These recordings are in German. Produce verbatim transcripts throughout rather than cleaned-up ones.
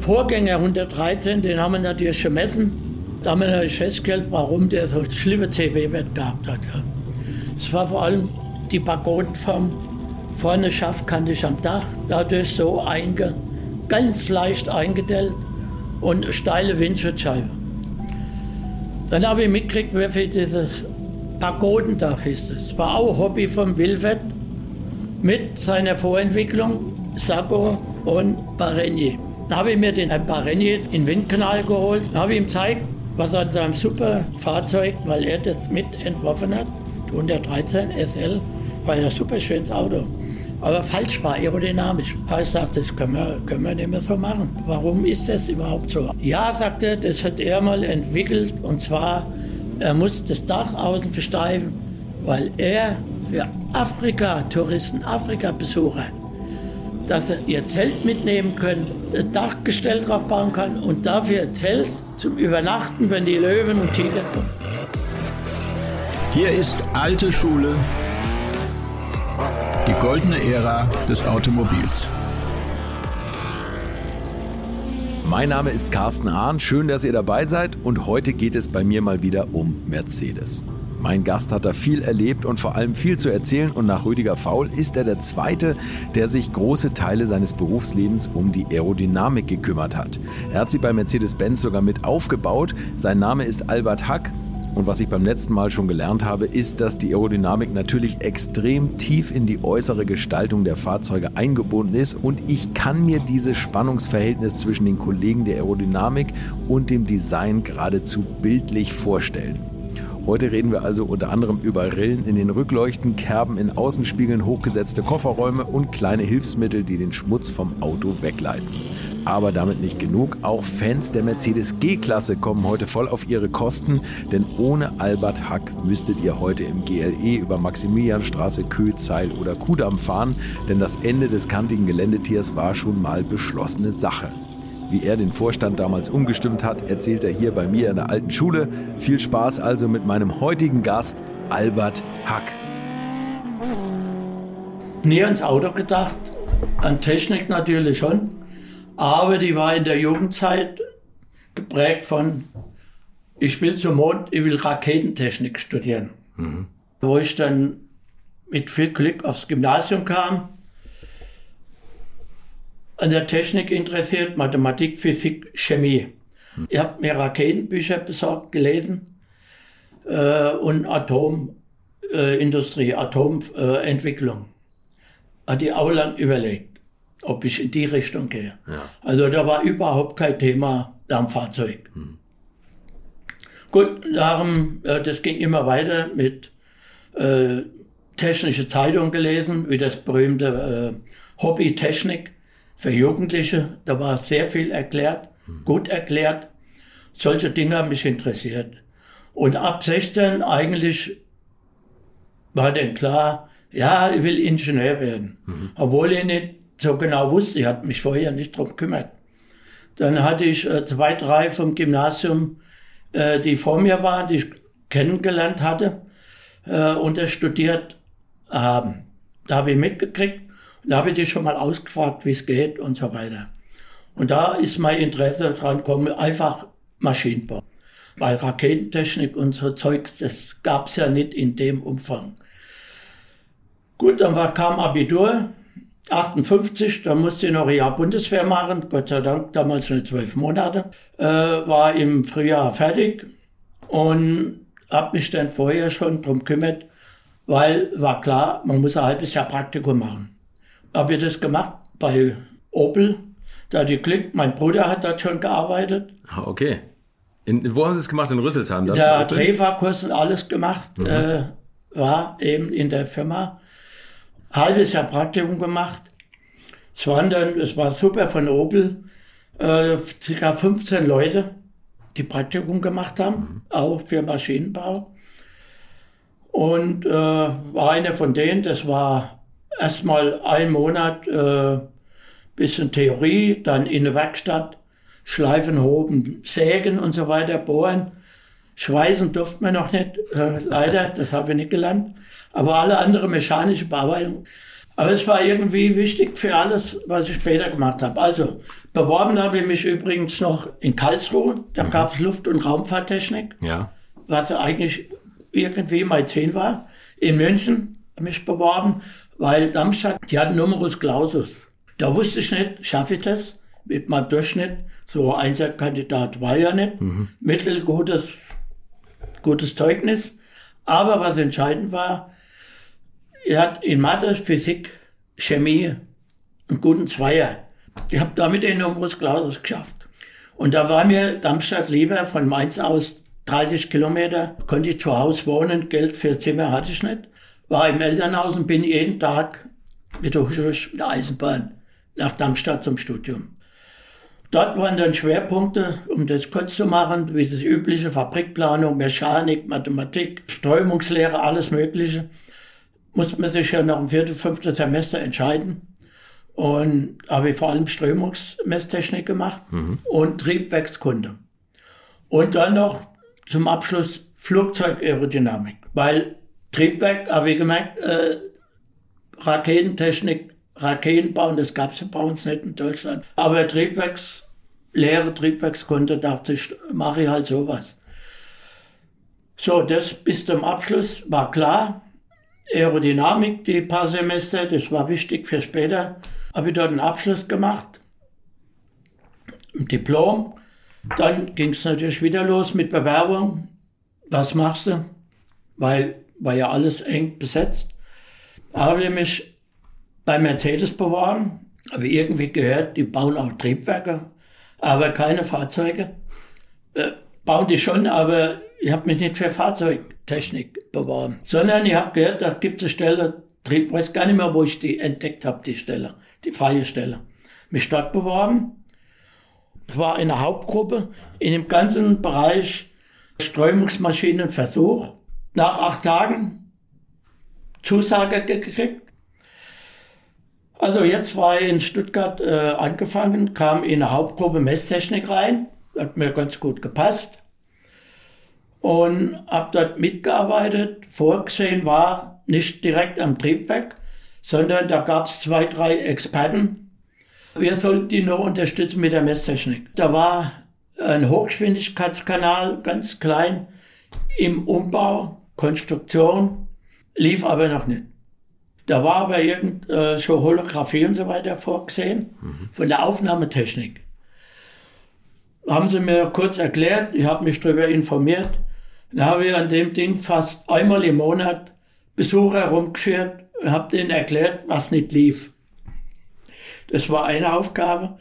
Vorgänger hundertdreizehn, den haben wir natürlich gemessen. Da haben wir natürlich festgestellt, warum der so schlimme C B-Wert gehabt hat. Es war vor allem die Pagodenform. Vorne scharfkantig am Dach, dadurch so einge, ganz leicht eingedellt und eine steile Windschutzscheibe. Dann habe ich mitgekriegt, wer für dieses Pagodendach ist es. War auch Hobby vom Wilfert mit seiner Vorentwicklung, Sacco und Barenier. Da habe ich mir den Barenier in den Windkanal geholt, da habe ich ihm gezeigt, was an seinem super Fahrzeug, weil er das mit entworfen hat, die hundertdreizehn S L, war ja ein super schönes Auto. Aber falsch war, aerodynamisch. Da habe ich gesagt, das können wir, können wir nicht mehr so machen. Warum ist das überhaupt so? Ja, sagte er, das hat er mal entwickelt. Und zwar, er muss das Dach außen versteifen, weil er für Afrika-Touristen, Afrika-Besucher, dass sie ihr Zelt mitnehmen können, ein Dachgestell drauf bauen kann und dafür ein Zelt zum Übernachten, wenn die Löwen und Tiger kommen. Hier ist alte Schule. Die goldene Ära des Automobils. Mein Name ist Carsten Hahn, schön, dass ihr dabei seid und heute geht es bei mir mal wieder um Mercedes. Mein Gast hat da viel erlebt und vor allem viel zu erzählen und nach Rüdiger Faul ist er der Zweite, der sich große Teile seines Berufslebens um die Aerodynamik gekümmert hat. Er hat sie bei Mercedes-Benz sogar mit aufgebaut. Sein Name ist Albert Hack. Und was ich beim letzten Mal schon gelernt habe, ist, dass die Aerodynamik natürlich extrem tief in die äußere Gestaltung der Fahrzeuge eingebunden ist. Und ich kann mir dieses Spannungsverhältnis zwischen den Kollegen der Aerodynamik und dem Design geradezu bildlich vorstellen. Heute reden wir also unter anderem über Rillen in den Rückleuchten, Kerben in Außenspiegeln, hochgesetzte Kofferräume und kleine Hilfsmittel, die den Schmutz vom Auto wegleiten. Aber damit nicht genug, auch Fans der Mercedes G-Klasse kommen heute voll auf ihre Kosten, denn ohne Albert Hack müsstet ihr heute im G L E über Maximilianstraße, Köhl, Zeil oder Kudamm fahren, denn das Ende des kantigen Geländetiers war schon mal beschlossene Sache. Wie er den Vorstand damals umgestimmt hat, erzählt er hier bei mir in der alten Schule. Viel Spaß also mit meinem heutigen Gast, Albert Hack. Nie ans Auto gedacht, an Technik natürlich schon, aber die war in der Jugendzeit geprägt von, ich will zum Mond, ich will Raketentechnik studieren. Mhm. Wo ich dann mit viel Glück aufs Gymnasium kam, an der Technik interessiert, Mathematik, Physik, Chemie. Ich habe mir Raketenbücher besorgt, gelesen äh, und Atomindustrie, äh, Atomentwicklung. Äh, Hatte ich auch lang überlegt, ob ich in die Richtung gehe. Ja. Also da war überhaupt kein Thema Dampffahrzeug. Hm. Gut, darum, äh, das ging immer weiter mit äh, technische Zeitungen gelesen, wie das berühmte äh, Hobby Technik. Für Jugendliche, da war sehr viel erklärt, gut erklärt. Solche Dinge haben mich interessiert. Und ab sechzehn eigentlich war dann klar, ja, ich will Ingenieur werden. Mhm. Obwohl ich nicht so genau wusste, ich hatte mich vorher nicht drum gekümmert. Dann hatte ich äh, zwei, drei vom Gymnasium, äh, die vor mir waren, die ich kennengelernt hatte äh, und das studiert haben. Da habe ich mitgekriegt. Da habe ich die schon mal ausgefragt, wie es geht und so weiter. Und da ist mein Interesse dran gekommen, einfach Maschinenbau. Weil Raketentechnik und so Zeugs, das gab es ja nicht in dem Umfang. Gut, dann war, kam Abitur, achtundfünfzig, da musste ich noch ein Jahr Bundeswehr machen, Gott sei Dank, damals nur zwölf Monate. Äh, war im Frühjahr fertig und habe mich dann vorher schon drum gekümmert, weil war klar, man muss ein halbes Jahr Praktikum machen. Habe ich das gemacht bei Opel. Da hatte ich Glück, mein Bruder hat dort schon gearbeitet. Okay. In, wo haben Sie es gemacht? In Rüsselsheim? Dann? Der Drehfahrkurs und alles gemacht. Mhm. Äh, war eben in der Firma. Halbes Jahr Praktikum gemacht. Es waren dann, es war super von Opel, äh, ca. fünfzehn Leute, die Praktikum gemacht haben, mhm. auch für Maschinenbau. Und äh, war einer von denen, das war erstmal ein Monat äh, bisschen Theorie, dann in der Werkstatt, Schleifen, Hoben, Sägen und so weiter, bohren. Schweißen durfte man noch nicht, äh, leider, das habe ich nicht gelernt. Aber alle andere mechanische Bearbeitung. Aber es war irgendwie wichtig für alles, was ich später gemacht habe. Also, beworben habe ich mich übrigens noch in Karlsruhe. Da mhm. gab es Luft- und Raumfahrttechnik. Ja. Was eigentlich irgendwie mein Ziel war. In München habe ich mich beworben, weil Darmstadt, die hatten Numerus Clausus. Da wusste ich nicht, schaffe ich das mit meinem Durchschnitt. So Einzelkandidat war ja nicht. Mhm. Mittelgutes gutes Zeugnis. Aber was entscheidend war, er hat in Mathe, Physik, Chemie einen guten Zweier. Ich habe damit den Numerus Clausus geschafft. Und da war mir Darmstadt lieber, von Mainz aus dreißig Kilometer, konnte ich zu Hause wohnen, Geld für Zimmer hatte ich nicht. War im Elternhaus und bin jeden Tag mit der Eisenbahn nach Darmstadt zum Studium. Dort waren dann Schwerpunkte, um das kurz zu machen, wie das übliche Fabrikplanung, Mechanik, Mathematik, Strömungslehre, alles Mögliche. Musste man sich ja noch im vierten, fünften Semester entscheiden. Und habe ich vor allem Strömungsmesstechnik gemacht mhm. und Triebwerkskunde. Und dann noch zum Abschluss Flugzeugaerodynamik. Weil Triebwerk, habe ich gemerkt, äh, Raketentechnik, Raketen bauen, das gab es ja bei uns nicht in Deutschland. Aber Triebwerkslehre, Triebwerkskunde, dachte ich, mache ich halt sowas. So, das bis zum Abschluss war klar. Aerodynamik, die paar Semester, das war wichtig für später. Habe ich dort einen Abschluss gemacht, ein Diplom. Dann ging es natürlich wieder los mit Bewerbung. Was machst du? Weil war ja alles eng besetzt. Habe ich mich bei Mercedes beworben. Habe irgendwie gehört, die bauen auch Triebwerke, aber keine Fahrzeuge. Äh, bauen die schon, aber ich habe mich nicht für Fahrzeugtechnik beworben, sondern ich habe gehört, da gibt es eine Stelle, ich weiß gar nicht mehr, wo ich die entdeckt habe, die Stelle, die freie Stelle. Mich dort beworben. Es war eine Hauptgruppe in dem ganzen Bereich Strömungsmaschinenversuch. Nach acht Tagen Zusage gekriegt. Also jetzt war ich in Stuttgart äh, angefangen, kam in eine Hauptgruppe Messtechnik rein. Hat mir ganz gut gepasst. Und habe dort mitgearbeitet. Vorgesehen war nicht direkt am Triebwerk, sondern da gab es zwei, drei Experten. Wir sollten die nur unterstützen mit der Messtechnik. Da war ein Hochgeschwindigkeitskanal, ganz klein, im Umbau, Konstruktion, lief aber noch nicht. Da war aber irgend äh, schon Holographie und so weiter vorgesehen, mhm. von der Aufnahmetechnik. Haben sie mir kurz erklärt, ich habe mich darüber informiert. Dann habe ich an dem Ding fast einmal im Monat Besucher rumgeführt und habe denen erklärt, was nicht lief. Das war eine Aufgabe.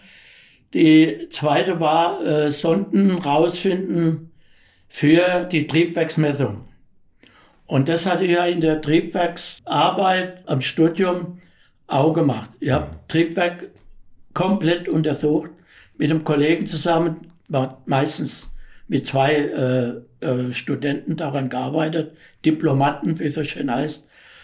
Die zweite war, äh, Sonden rausfinden für die Triebwerksmessung. Und das hatte ich ja in der Triebwerksarbeit am Studium auch gemacht. Ich habe Triebwerk komplett untersucht, mit einem Kollegen zusammen, meistens mit zwei äh, äh, Studenten daran gearbeitet, Diplomanten, wie es so schön heißt,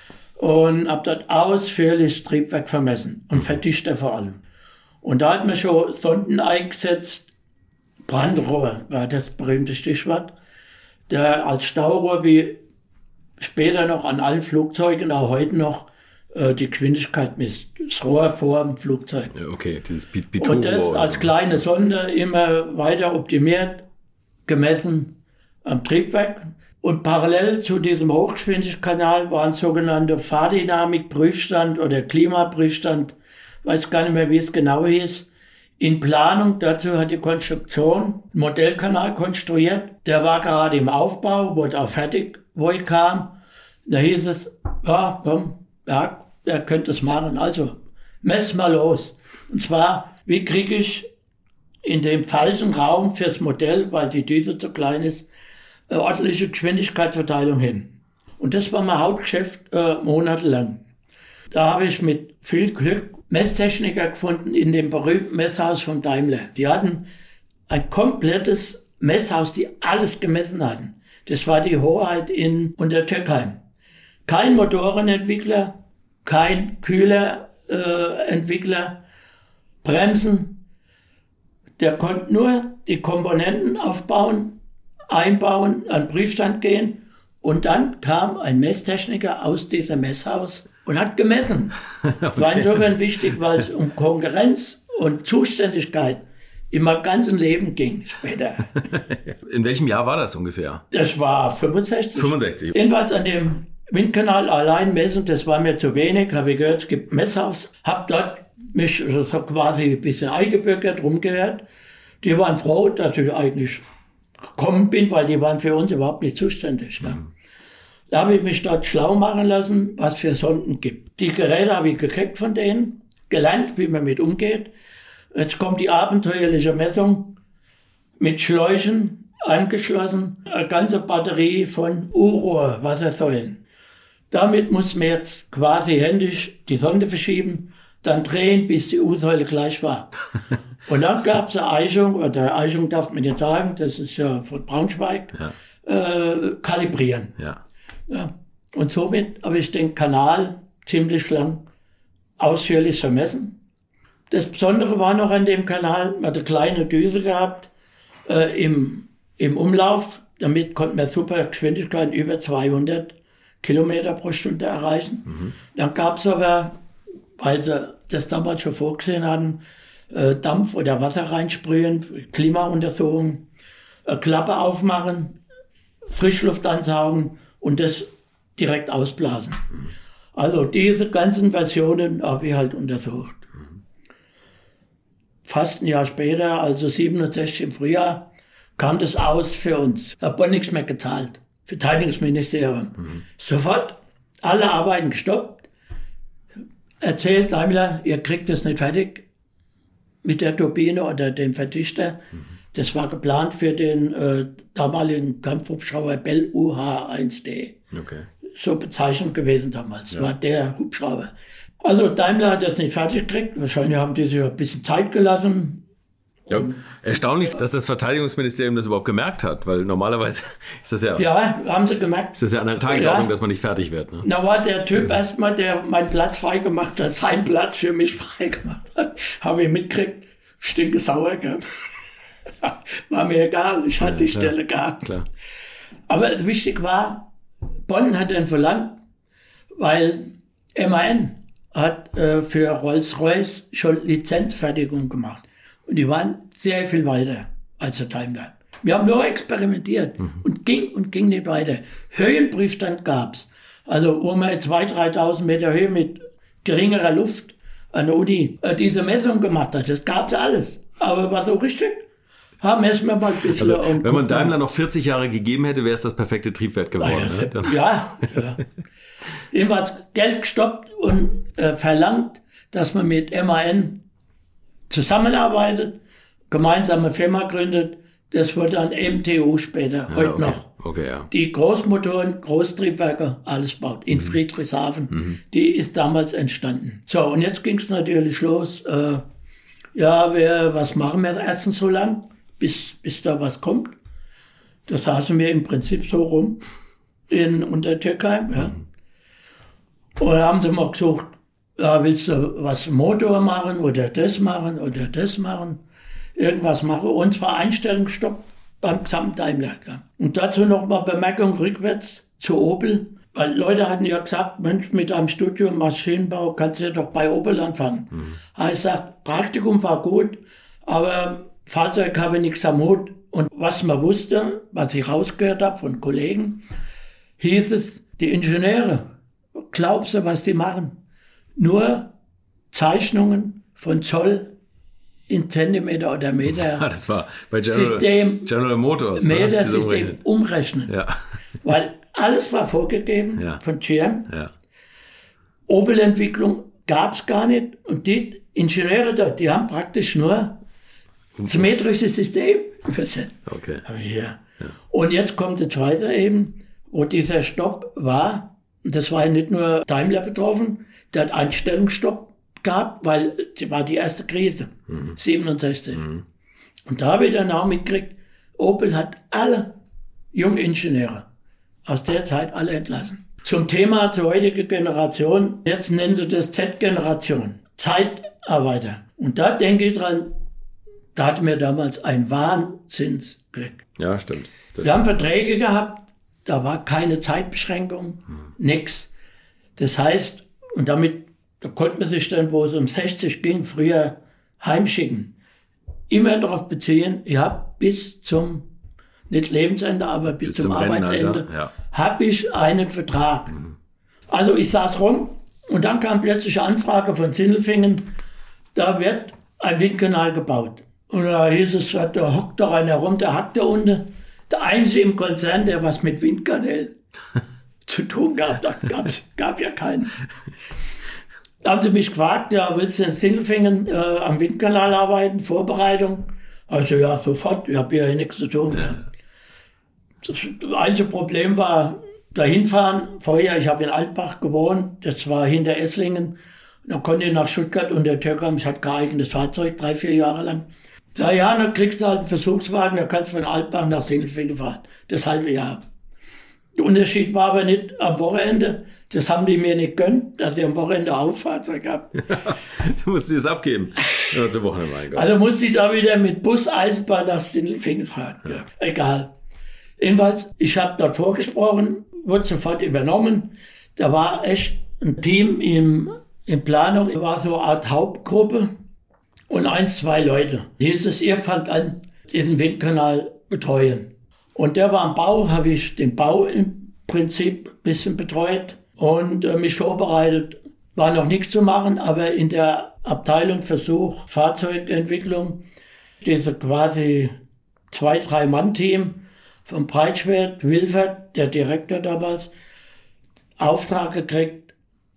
und habe dort ausführlich Triebwerk vermessen und Verdichter vor allem. Und da hat man schon Sonden eingesetzt, Brandrohr war das berühmte Stichwort, der als Staurohr wie später noch an allen Flugzeugen, auch heute noch, äh, die Geschwindigkeit misst. Das Rohr vor dem Flugzeug. Ja, okay, dieses Biturrohr. Und das als kleine Sonde immer weiter optimiert, gemessen am Triebwerk. Und parallel zu diesem Hochgeschwindigkeitskanal war ein sogenannter Fahrdynamik-Prüfstand oder Klimaprüfstand, weiß gar nicht mehr, wie es genau hieß, in Planung. Dazu hat die Konstruktion einen Modellkanal konstruiert. Der war gerade im Aufbau, wurde auch fertig, wo ich kam. Da hieß es, ja, komm, ja, er könnte es machen. Also, mess mal los. Und zwar, wie kriege ich in dem falschen Raum fürs Modell, weil die Düse zu klein ist, eine ordentliche Geschwindigkeitsverteilung hin. Und das war mein Hauptgeschäft äh, monatelang. Da habe ich mit viel Glück Messtechniker gefunden in dem berühmten Messhaus von Daimler. Die hatten ein komplettes Messhaus, die alles gemessen hatten. Das war die Hoheit in Untertürkheim. Kein Motorenentwickler, kein Kühlerentwickler, äh, Bremsen. Der konnte nur die Komponenten aufbauen, einbauen, an den Prüfstand gehen. Und dann kam ein Messtechniker aus diesem Messhaus und hat gemessen. Okay. Das war insofern wichtig, weil es um Konkurrenz und Zuständigkeit in meinem ganzen Leben ging später. In welchem Jahr war das ungefähr? Das war fünfundsechzig. fünfundsechzig. Jedenfalls an dem Windkanal allein messen, das war mir zu wenig, habe ich gehört, es gibt ein Messhaus, habe dort mich so quasi ein bisschen eingebürgert, rumgehört. Die waren froh, dass ich eigentlich gekommen bin, weil die waren für uns überhaupt nicht zuständig. Mhm. Ja. Da habe ich mich dort schlau machen lassen, was für Sonden gibt. Die Geräte habe ich gekriegt von denen, gelernt, wie man mit umgeht. Jetzt kommt die abenteuerliche Messung mit Schläuchen angeschlossen, eine ganze Batterie von U-Rohr, Wassersäulen. Damit muss man jetzt quasi händisch die Sonde verschieben, dann drehen, bis die U-Säule gleich war. Und dann gab es eine Eichung, oder Eichung darf man nicht sagen, das ist ja von Braunschweig, ja. äh, kalibrieren. Ja. Ja. Und somit habe ich den Kanal ziemlich lang ausführlich vermessen. Das Besondere war noch an dem Kanal, man hat eine kleine Düse gehabt äh, im, im Umlauf. Damit konnte man super Geschwindigkeiten über zweihundert Kilometer pro Stunde erreichen. Mhm. Dann gab es aber, weil sie das damals schon vorgesehen hatten, äh, Dampf oder Wasser reinsprühen, Klimauntersuchung, äh, Klappe aufmachen, Frischluft ansaugen und das direkt ausblasen. Mhm. Also diese ganzen Versionen habe ich halt untersucht. Mhm. Fast ein Jahr später, also siebenundsechzig im Frühjahr, kam das aus für uns. Da hat man nichts mehr gezahlt. Verteidigungsministerium. Mhm. Sofort alle Arbeiten gestoppt. Erzählt Daimler, ihr kriegt das nicht fertig mit der Turbine oder dem Verdichter. Mhm. Das war geplant für den äh, damaligen Kampfhubschrauber Bell U H eins D. Okay. So Bezeichnung gewesen damals. Ja. War der Hubschrauber. Also Daimler hat das nicht fertig gekriegt. Wahrscheinlich haben die sich ein bisschen Zeit gelassen. Ja, erstaunlich, dass das Verteidigungsministerium das überhaupt gemerkt hat, weil normalerweise ist das ja... Ja, haben sie gemerkt. Ist das ja an der Tagesordnung, ja, dass man nicht fertig wird. Ne? Da war der Typ erstmal, der meinen Platz freigemacht hat, seinen Platz für mich freigemacht hat. Habe ich mitgekriegt, stinke sauer gehabt. War mir egal, ich hatte ja, die Stelle ja, gehabt. Klar. Aber wichtig war, Bonn hat dann verlangt, weil M A N hat äh, für Rolls-Royce schon Lizenzfertigung gemacht. Und die waren sehr viel weiter als der Daimler. Wir haben nur experimentiert mhm. und ging und ging nicht weiter. Höhenprüfstand gab's. Also wo man zweitausend, dreitausend Meter Höhe mit geringerer Luft an der Uni äh, diese Messung gemacht hat. Das gab's alles. Aber war so richtig. Haben erstmal mal ein bisschen. Also, und wenn man Daimler noch vierzig Jahre gegeben hätte, wäre es das perfekte Triebwerk geworden. Ja, ne? ja, ja. Jedenfalls Geld gestoppt und äh, verlangt, dass man mit M A N zusammenarbeitet, gemeinsame Firma gründet. Das wurde dann M T U später, ja, heute okay. noch. Okay, ja. Die Großmotoren, Großtriebwerke, alles baut. In mhm. Friedrichshafen, mhm. die ist damals entstanden. So, und jetzt ging es natürlich los. Äh, ja, wir, was machen wir erstens so lang, bis, bis da was kommt? Da saßen wir im Prinzip so rum in Untertürkheim. Ja. Mhm. Und da haben sie mal gesucht, ja, willst du was Motor machen oder das machen oder das machen, irgendwas machen. Und zwar Einstellungsstopp beim gesamten Daimler. Und dazu noch mal Bemerkung rückwärts zu Opel. Weil Leute hatten ja gesagt, Mensch, mit einem Studium Maschinenbau kannst du ja doch bei Opel anfangen. Mhm. Also ich sag, Praktikum war gut, aber Fahrzeug habe ich nichts am Hut. Und was man wusste, was ich rausgehört habe von Kollegen, hieß es, die Ingenieure, glaubst du, was die machen? Nur Zeichnungen von Zoll in Zentimeter oder Meter. Ja, das war bei General, System, General Motors. Meter ne? System umrechnen. Ja. Weil alles war vorgegeben ja. von G M. Ja. Opel-Entwicklung gab es gar nicht. Und die Ingenieure dort, die haben praktisch nur symmetrisches System übersetzt. Okay. Ja. Ja. Und jetzt kommt der zweite eben, wo dieser Stopp war. Und das war ja nicht nur Daimler betroffen, der hat Einstellungsstopp gehabt, weil das war die erste Krise, mhm. siebenundsechzig. Mhm. Und da habe ich dann auch mitgekriegt, Opel hat alle jungen Ingenieure aus der Zeit alle entlassen. Zum Thema zur heutigen Generation, jetzt nennen sie das Z-Generation, Zeitarbeiter. Und da denke ich dran, da hatten wir damals ein Wahnsinnsglück. Ja, stimmt. Das wir haben Verträge gehabt, da war keine Zeitbeschränkung, mhm. nix. Das heißt, Und damit da konnte man sich dann, wo es um sechzig ging, früher heimschicken. Immer darauf beziehen, ich habe bis zum, nicht Lebensende, aber bis, bis zum, zum Arbeitsende, ja. habe ich einen Vertrag. Mhm. Also ich saß rum und dann kam plötzlich eine Anfrage von Sindelfingen, da wird ein Windkanal gebaut. Und da hieß es, da hockt doch einer rum, der hackt da unten. Der Einzige im Konzern, der was mit Windkanal zu tun gehabt hat, gab's, gab ja keinen. Da haben sie mich gefragt, ja, willst du in Sindelfingen äh, am Windkanal arbeiten, Vorbereitung? Also ja, sofort, ich habe hier nichts zu tun. Ja. Das, das einzige Problem war, dahin fahren. Vorher, ich habe in Altbach gewohnt, das war hinter Esslingen. Dann konnte ich nach Stuttgart und der Türkheim, ich hatte kein eigenes Fahrzeug, drei, vier Jahre lang. Da ja, dann kriegst du halt einen Versuchswagen, da kannst du von Altbach nach Sindelfingen fahren. Das halbe Jahr. Der Unterschied war aber nicht am Wochenende. Das haben die mir nicht gönnt, dass ich am Wochenende auch Fahrzeug habe. Du musst es abgeben. Zum Wochenende, mein Gott. Also musste ich da wieder mit Bus, Eisenbahn nach Sindelfingen fahren. Ja. Egal. Jedenfalls, ich habe dort vorgesprochen, wurde sofort übernommen. Da war echt ein Team im, in Planung. Es war so eine Art Hauptgruppe und eins, zwei Leute. Hieß es, ihr fangt an, diesen Windkanal betreuen. Und der war am Bau, habe ich den Bau im Prinzip ein bisschen betreut und äh, mich vorbereitet. War noch nichts zu machen, aber in der Abteilung Versuch, Fahrzeugentwicklung, diese quasi zwei-, drei-Mann-Team von Breitschwert, Wilfert, der Direktor damals, Auftrag gekriegt,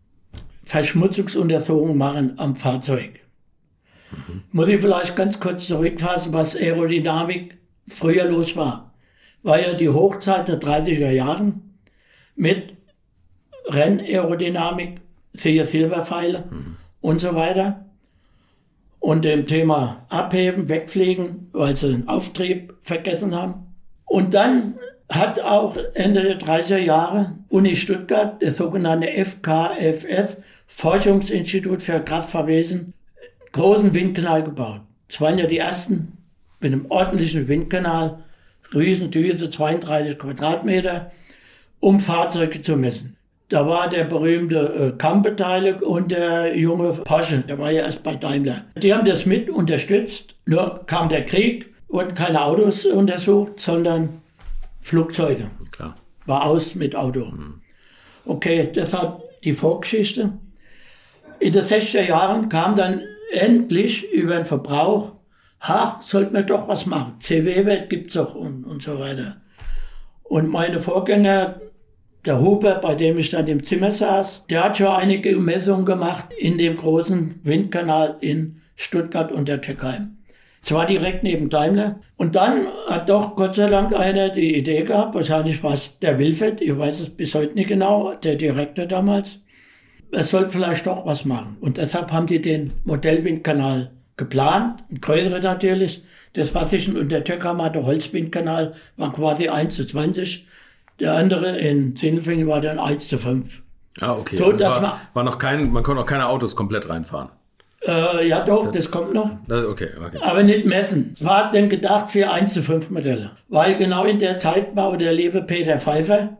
Verschmutzungsuntersuchungen machen am Fahrzeug. Mhm. Muss ich vielleicht ganz kurz zurückfassen, was Aerodynamik früher los war. War ja die Hochzeit der dreißiger Jahren mit Rennaerodynamik, siehe Silberpfeile mhm. und so weiter. Und dem Thema Abheben, Wegfliegen, weil sie den Auftrieb vergessen haben. Und dann hat auch Ende der dreißiger Jahre Uni Stuttgart, der sogenannte F K F S, Forschungsinstitut für Kraftfahrwesen, großen Windkanal gebaut. Das waren ja die ersten mit einem ordentlichen Windkanal, Riesendüse, zweiunddreißig Quadratmeter, um Fahrzeuge zu messen. Da war der berühmte äh, Kamm beteiligt und der junge Porsche, der war ja erst bei Daimler. Die haben das mit unterstützt, nur kam der Krieg, wurden keine Autos untersucht, sondern Flugzeuge. Klar. War aus mit Auto. Mhm. Okay, deshalb die Vorgeschichte. In den sechziger Jahren kam dann endlich über den Verbrauch, ach, sollten wir doch was machen. C W-Wert gibt's doch und, und so weiter. Und meine Vorgänger, der Huber, bei dem ich dann im Zimmer saß, der hat schon einige Messungen gemacht in dem großen Windkanal in Stuttgart und der Türkei. Es war direkt neben Daimler. Und dann hat doch Gott sei Dank einer die Idee gehabt, wahrscheinlich war es der Wilfert, ich weiß es bis heute nicht genau, der Direktor damals, er sollte vielleicht doch was machen. Und deshalb haben die den Modellwindkanal geplant, ein größerer natürlich. Das war zwischen, und der Türkheim der Holzwindkanal war quasi eins zu zwanzig. Der andere in Sindelfingen war dann eins zu fünf. Ah, okay. So, also dass war, man, war noch kein, man konnte auch keine Autos komplett reinfahren. Äh, ja doch, das, das kommt noch. Das, okay, okay. Aber nicht messen. Es war denn gedacht für eins zu fünf Modelle. Weil genau in der Zeit war der liebe Peter Pfeiffer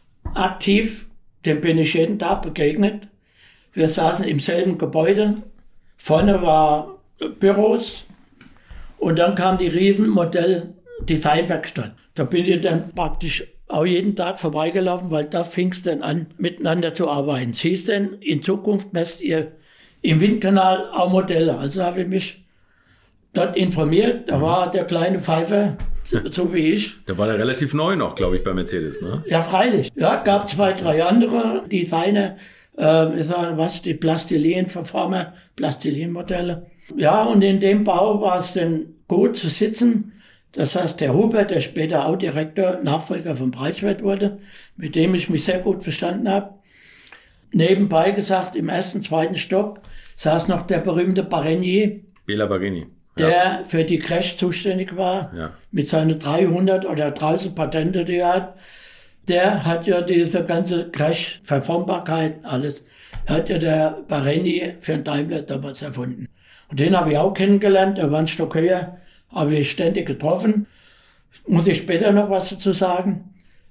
aktiv, dem bin ich jeden Tag begegnet. Wir saßen im selben Gebäude. Vorne war Büros und dann kam die riesen Modell-Designwerkstatt. Da bin ich dann praktisch auch jeden Tag vorbeigelaufen, weil da fing es dann an, miteinander zu arbeiten. Es hieß denn, in Zukunft messt ihr im Windkanal auch Modelle. Also habe ich mich dort informiert. Da war der kleine Pfeifer, so, so wie ich. Da war der relativ neu noch, glaube ich, bei Mercedes, ne? Ja, freilich. Ja, gab zwei, drei andere Designer. Äh, ich sage, was, die Plastilin-Verformer, Plastilin-Modelle. Ja, und in dem Bau war es dann gut zu sitzen. Das heißt, der Hubert, der später auch Direktor, Nachfolger von Breitschwert wurde, mit dem ich mich sehr gut verstanden habe. Nebenbei gesagt, im ersten, zweiten Stock saß noch der berühmte Barigny. Bela Barigny. Ja. Der für die Crash zuständig war, ja. Mit seinen dreihundert oder tausend Patente, die er hat. Der hat ja diese ganze Crash-Verformbarkeit, alles, hat ja der Barigny für den Daimler damals erfunden. Und den habe ich auch kennengelernt, der war ein Stock höher, habe ich ständig getroffen. Muss ich später noch was dazu sagen.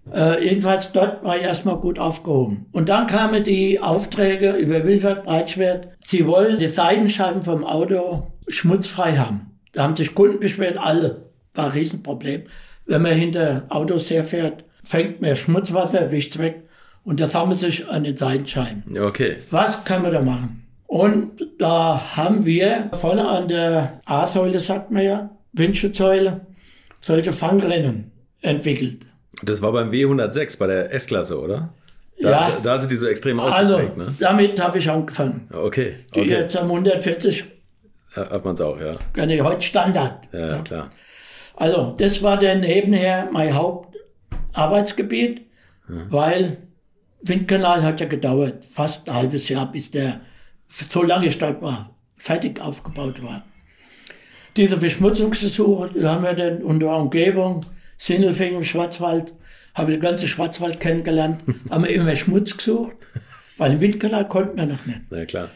Äh, jedenfalls dort war ich erstmal gut aufgehoben. Und dann kamen die Aufträge über Wilfert Breitschwert. Sie wollen die Seitenscheiben vom Auto schmutzfrei haben. Da haben sich Kunden beschwert, alle. War ein Riesenproblem. Wenn man hinter Autos herfährt, fängt mehr Schmutzwasser, wischt's weg. Und das haben wir sich an den Seitenscheiben. Okay. Was kann man da machen? Und da haben wir vorne an der A-Säule, sagt man ja, Windschutzsäule, solche Fangrinnen entwickelt. Das war beim W hundertsechs, bei der S-Klasse, oder? Da, ja. Da, da sind die so extrem ausgeprägt, also, ne? damit habe ich angefangen. Okay, Die okay. jetzt am hundertvierzig. Ja, hat man es auch, ja. Ja, nee, heute Standard. Ja, ja, klar. Also, das war dann nebenher mein Hauptarbeitsgebiet, ja. Weil Windkanal hat ja gedauert, fast ein halbes Jahr, bis der, so lange ich dort war, fertig aufgebaut war. Diese Verschmutzungsversuche, die haben wir dann unter Umgebung, Sindelfingen im Schwarzwald, habe den ganzen Schwarzwald kennengelernt, haben wir immer Schmutz gesucht, weil im Windkanal konnten wir noch nicht. Na klar.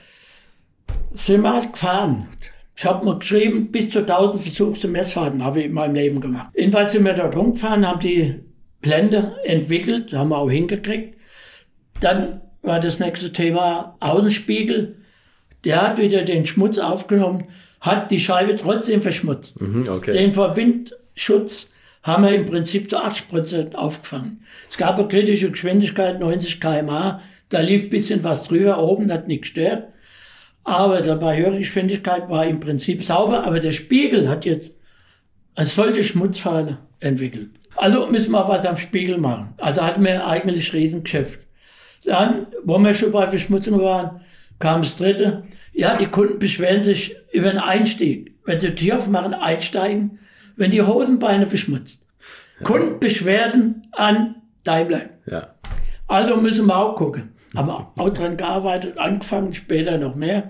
Sind wir halt gefahren. Ich habe mal geschrieben, bis zu tausend Versuche zum Messfahrten habe ich in meinem Leben gemacht. Jedenfalls sind wir dort rumgefahren, haben die Blende entwickelt, haben wir auch hingekriegt. Dann war das nächste Thema Außenspiegel. Der hat wieder den Schmutz aufgenommen, hat die Scheibe trotzdem verschmutzt. Mhm, okay. Den vor Windschutz haben wir im Prinzip zu achtzig Prozent aufgefangen. Es gab eine kritische Geschwindigkeit, neunzig Kilometer pro Stunde. Da lief ein bisschen was drüber, oben hat nichts gestört. Aber bei höherer Geschwindigkeit war im Prinzip sauber. Aber der Spiegel hat jetzt eine solche Schmutzfahle entwickelt. Also müssen wir was am Spiegel machen. Also hatten wir eigentlich Riesengeschäft. Dann, wo wir schon bei Verschmutzung waren, kam das dritte. Ja, die Kunden beschweren sich über den Einstieg. Wenn sie die Tür aufmachen, einsteigen, wenn die Hosenbeine verschmutzt. Ja. Kundenbeschwerden an Daimler. Ja. Also müssen wir auch gucken. Haben wir auch dran gearbeitet, angefangen, später noch mehr.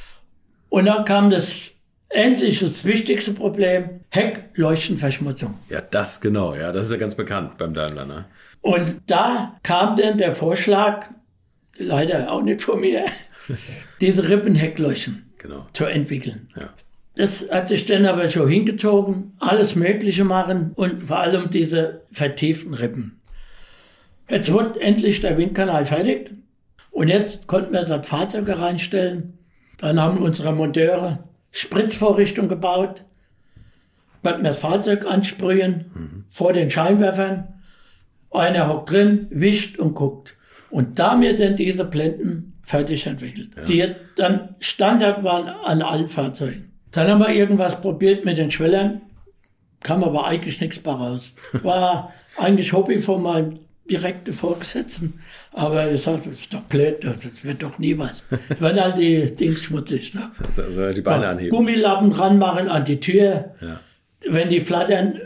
Und dann kam das endlich das wichtigste Problem, Heckleuchtenverschmutzung. Ja, das genau. Ja, das ist ja ganz bekannt beim Daimler, ne? Und da kam dann der Vorschlag, leider auch nicht von mir, diese Rippenheckleuchten genau. zu entwickeln. Ja. Das hat sich dann aber schon hingezogen, alles Mögliche machen und vor allem diese vertieften Rippen. Jetzt wird endlich der Windkanal fertig und jetzt konnten wir dort Fahrzeuge reinstellen. Dann haben unsere Monteure Spritzvorrichtung gebaut, konnten wir das Fahrzeug ansprühen mhm. vor den Scheinwerfern. Einer hockt drin, wischt und guckt. Und da mir dann diese Blenden fertig entwickelt, ja. die dann Standard waren an allen Fahrzeugen. Dann haben wir irgendwas probiert mit den Schwellern, kam aber eigentlich nichts bei raus. War eigentlich Hobby von meinem direkten Vorgesetzten, aber ich sagte, das ist doch blöd, das wird doch nie was. Es werden halt die Dings schmutzig. Ne? Also die Beine anheben. Gummilappen ranmachen an die Tür, ja. wenn die flattern,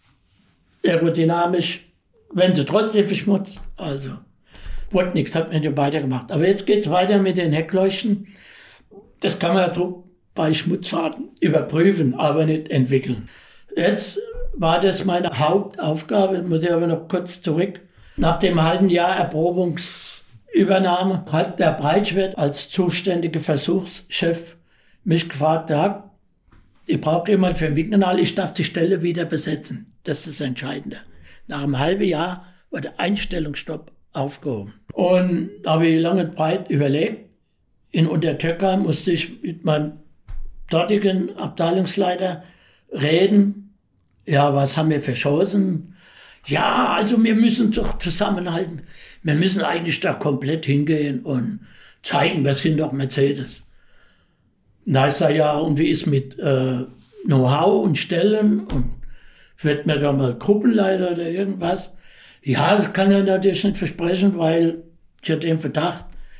aerodynamisch, wenn sie trotzdem verschmutzt, also wurde nichts, hat man ja weitergemacht. Aber jetzt geht's weiter mit den Heckleuchten. Das kann man so bei Schmutzfahrten überprüfen, aber nicht entwickeln. Jetzt war das meine Hauptaufgabe, muss ich aber noch kurz zurück. Nach dem halben Jahr Erprobungsübernahme hat der Breitschwert als zuständiger Versuchschef mich gefragt, ja, ich brauche jemanden für den Windkanal, ich darf die Stelle wieder besetzen. Das ist das Entscheidende. Nach einem halben Jahr war der Einstellungsstopp aufgehoben. Und da habe ich lange und breit überlegt. In Untertöckern musste ich mit meinem dortigen Abteilungsleiter reden. Ja, was haben wir für Chancen? Ja, also wir müssen doch zusammenhalten. Wir müssen eigentlich da komplett hingehen und zeigen, wir sind doch Mercedes. Na, ich sage, ja, und wie ist mit äh, Know-how und Stellen und wird mir da mal Gruppenleiter oder irgendwas? Ja, das kann er natürlich nicht versprechen, weil ich hatte den Verdacht,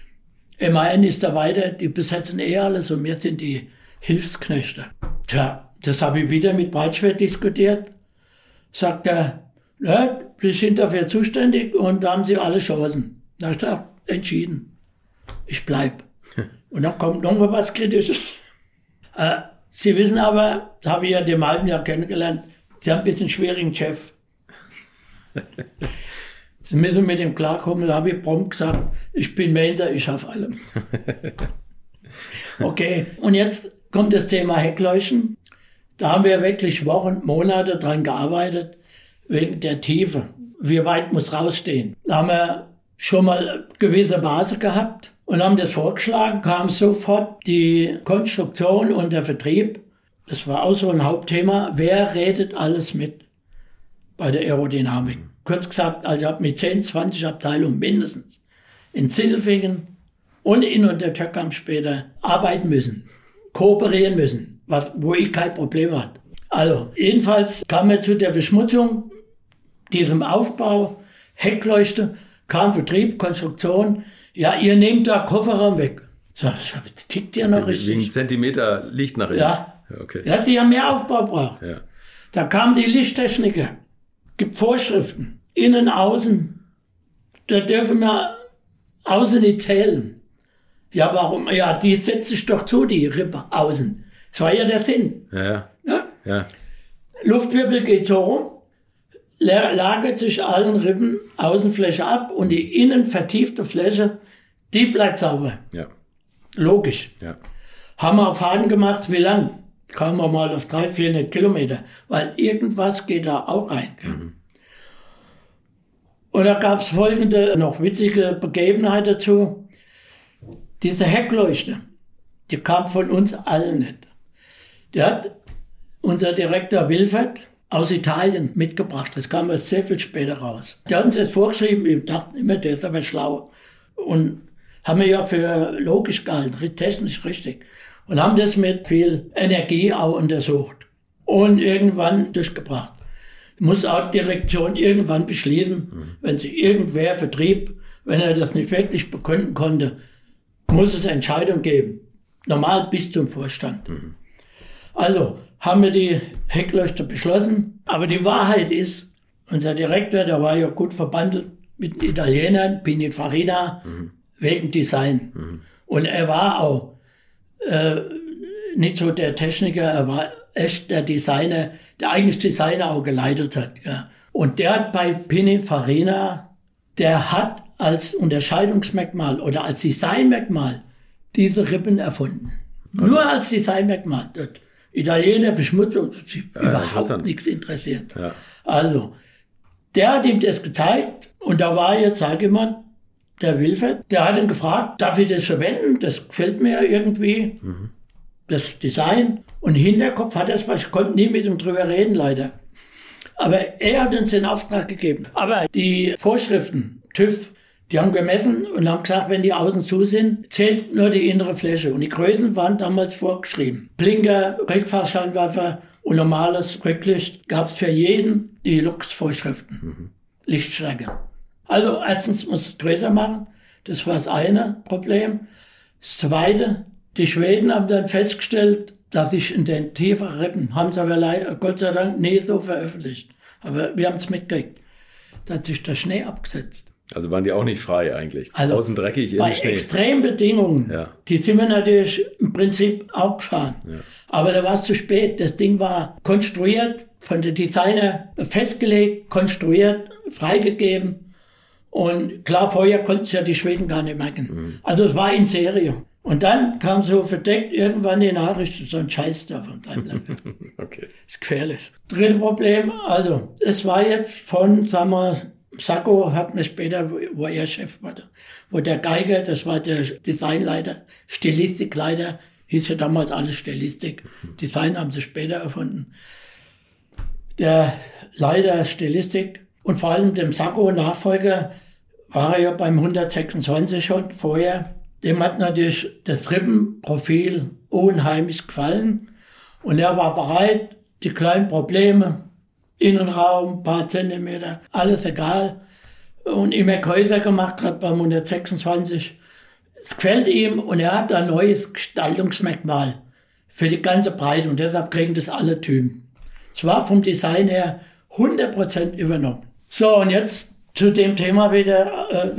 M A N ist da weiter, die besetzen eh alles und wir sind die Hilfsknechte. Tja, das habe ich wieder mit Breitschwert diskutiert. Sagt er, ja, Sie sind dafür zuständig und da haben Sie alle Chancen. Da habe ich gesagt, entschieden, ich bleib. Und dann kommt noch mal was Kritisches. Äh, Sie wissen aber, das habe ich ja in dem halben Jahr kennengelernt, Sie haben ein bisschen schwierigen Chef. Sie müssen mit dem klarkommen. Da habe ich prompt gesagt, ich bin Mensa, ich schaffe allem. Okay, und jetzt kommt das Thema Heckleuchten. Da haben wir wirklich Wochen, Monate dran gearbeitet, wegen der Tiefe. wie weit muss rausstehen. Da haben wir schon mal gewisse Maße gehabt und haben das vorgeschlagen, kam sofort die Konstruktion und der Vertrieb. Das war auch so ein Hauptthema. Wer redet alles mit bei der Aerodynamik? Kurz gesagt, also ich habe mit zehn, zwanzig Abteilungen mindestens in Sindelfingen und in Untertöckern später arbeiten müssen, kooperieren müssen, was, wo ich kein Problem hatte. Also jedenfalls kam er zu der Verschmutzung, diesem Aufbau, Heckleuchte, kam Vertrieb, Konstruktion. Ja, ihr nehmt da Kofferraum weg. So, das tickt ja noch richtig. Wegen Zentimeter Licht nach innen. Ja, ja, okay. Ja, die haben mehr Aufbau gebraucht. Ja. Da kamen die Lichttechniker, gibt Vorschriften, innen, außen. Da dürfen wir außen nicht zählen. Ja, warum? Ja, die setzt sich doch zu, die Rippe außen. Das war ja der Sinn. Ja, ja. Ja? Ja. Luftwirbel geht so rum, lagert sich allen Rippen Außenfläche ab und die innen vertiefte Fläche, die bleibt sauber. Ja. Logisch. Ja. Haben wir auf Faden gemacht, wie lang? Kamen wir mal auf dreihundert, vierhundert Kilometer, weil irgendwas geht da auch rein. Mhm. Und da gab es folgende noch witzige Begebenheit dazu. Diese Heckleuchte, die kam von uns allen nicht. Der hat unser Direktor Wilfert aus Italien mitgebracht. Das kam erst sehr viel später raus. Der hat uns das vorgeschrieben. Wir dachten immer, der ist aber schlau. Und haben wir ja für logisch gehalten, technisch richtig. Und haben das mit viel Energie auch untersucht. Und irgendwann durchgebracht. Muss auch die Direktion irgendwann beschließen, mhm. wenn sich irgendwer Vertrieb, wenn er das nicht wirklich begründen konnte, muss es Entscheidung geben. Normal bis zum Vorstand. Mhm. Also haben wir die Heckleuchte beschlossen. Aber die Wahrheit ist, unser Direktor, der war ja gut verbandelt mit den Italienern, Pininfarina, mhm. wegen Design. Mhm. Und er war auch äh, nicht so der Techniker, er war echt der Designer, der eigentlich Designer auch geleitet hat. Ja. Und der hat bei Pininfarina, der hat als Unterscheidungsmerkmal oder als Designmerkmal diese Rippen erfunden. Also. Nur als Designmerkmal. Das Italiener, Verschmutzung, ja, überhaupt nichts interessiert. Ja. Also, der hat ihm das gezeigt und da war jetzt, sage ich mal, der Wilfert, der hat ihn gefragt, darf ich das verwenden? Das gefällt mir irgendwie, mhm. das Design. Und Hinterkopf hat er es, ich konnte nie mit ihm drüber reden, leider. Aber er hat uns den Auftrag gegeben. Aber die Vorschriften, TÜV, die haben gemessen und haben gesagt, wenn die außen zu sind, zählt nur die innere Fläche. Und die Größen waren damals vorgeschrieben. Blinker, Rückfahrscheinwerfer und normales Rücklicht gab es für jeden die Lux-Vorschriften. Mhm. Lichtstärke. Also erstens muss es größer machen. Das war das eine Problem. Das zweite, die Schweden haben dann festgestellt, dass ich in den tieferen Rippen, haben sie aber leider, Gott sei Dank, nie so veröffentlicht. Aber wir haben es mitgekriegt. Da hat sich der Schnee abgesetzt. Also waren die auch nicht frei eigentlich? Also außen dreckig, innen bei Schnee. Bei extremen Bedingungen, ja. Die sind wir natürlich im Prinzip auch gefahren. Ja. Aber da war es zu spät. Das Ding war konstruiert, von der Designer festgelegt, konstruiert, freigegeben. Und klar, vorher konnten es ja die Schweden gar nicht merken. Mhm. Also es war in Serie. Und dann kam so verdeckt irgendwann die Nachricht, so ein Scheiß da von Daimler. Okay. Das ist gefährlich. Drittes Problem, also es war jetzt von, sagen wir, Sacco hat mir später, wo er Chef war, wo der Geiger, das war der Designleiter, Stilistikleiter, hieß ja damals alles Stilistik. Mhm. Design haben sie später erfunden. Der Leiter Stilistik und vor allem dem Sacco-Nachfolger war er ja beim hundertsechsundzwanzig schon vorher. Dem hat natürlich das Rippenprofil unheimlich gefallen. Und er war bereit, die kleinen Probleme, Innenraum, paar Zentimeter, alles egal. Und immer größer gemacht, gerade beim hundertsechsundzwanzig. Es gefällt ihm und er hat ein neues Gestaltungsmerkmal für die ganze Breite. Und deshalb kriegen das alle Typen. Es war vom Design her hundert Prozent übernommen. So, und jetzt zu dem Thema wieder. Äh,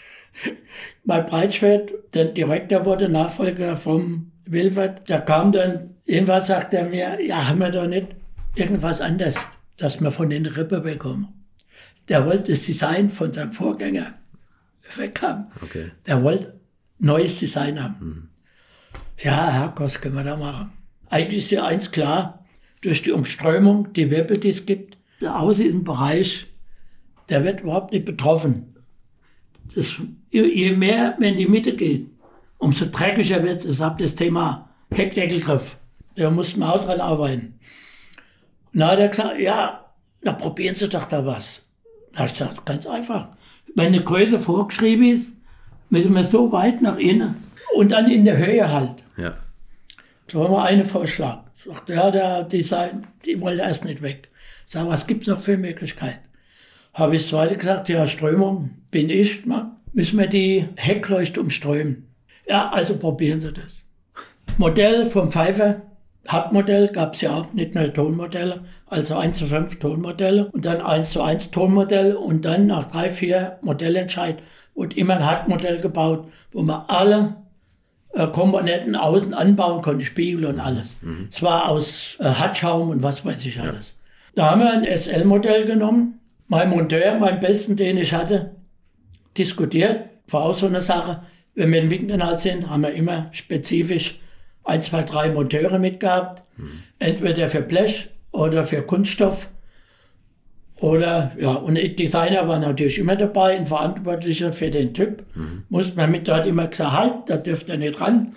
mein Breitschwert, der Direktor wurde Nachfolger vom Wilfert. Der kam dann, jedenfalls sagt er mir, ja, haben wir doch nicht irgendwas anderes, dass wir von den Rippen bekommen. Der wollte das Design von seinem Vorgänger weg haben. Okay. Der wollte neues Design haben. Mhm. Ja, Herr, was können wir da machen? Eigentlich ist ja eins klar, durch die Umströmung, die Wirbel, die es gibt, der Außenbereich der wird überhaupt nicht betroffen. Das, je mehr, wenn die Mitte geht, umso dreckiger wird es. Ich habe das Thema Heckdeckelgriff. Da mussten wir auch dran arbeiten. Und dann hat er gesagt, ja, na probieren Sie doch da was. Da habe ich gesagt, ganz einfach. Wenn eine Größe vorgeschrieben ist, müssen wir so weit nach innen und dann in der Höhe halt. Ja. Da war mal eine Vorschlag. Ich sagte, ja, der Design, die wollte erst nicht weg. Ich sage, was gibt's noch für Möglichkeiten? Habe ich das zweite gesagt, ja, Strömung bin ich, man, müssen wir die Heckleuchte umströmen. Ja, also probieren Sie das. Modell vom Pfeiffer, Hartmodell gab's ja auch, nicht nur Tonmodelle, also eins zu fünf Tonmodelle und dann eins zu eins Tonmodell und dann nach drei, vier Modellentscheid wurde immer ein Hartmodell gebaut, wo man alle äh, Komponenten außen anbauen konnte, Spiegel und alles. Mhm. Es war aus äh, Hartschaum und was weiß ich alles. Ja. Da haben wir ein S L-Modell genommen, mein Monteur, mein besten, den ich hatte, diskutiert, war auch so eine Sache. Wenn wir in Winkenthal sind, haben wir immer spezifisch ein, zwei, drei Monteure mitgehabt. Mhm. Entweder für Blech oder für Kunststoff. Oder, ja, und Designer war natürlich immer dabei, ein Verantwortlicher für den Typ. Mhm. Musste man mit dort immer gesagt, halt, da dürft ihr nicht ran.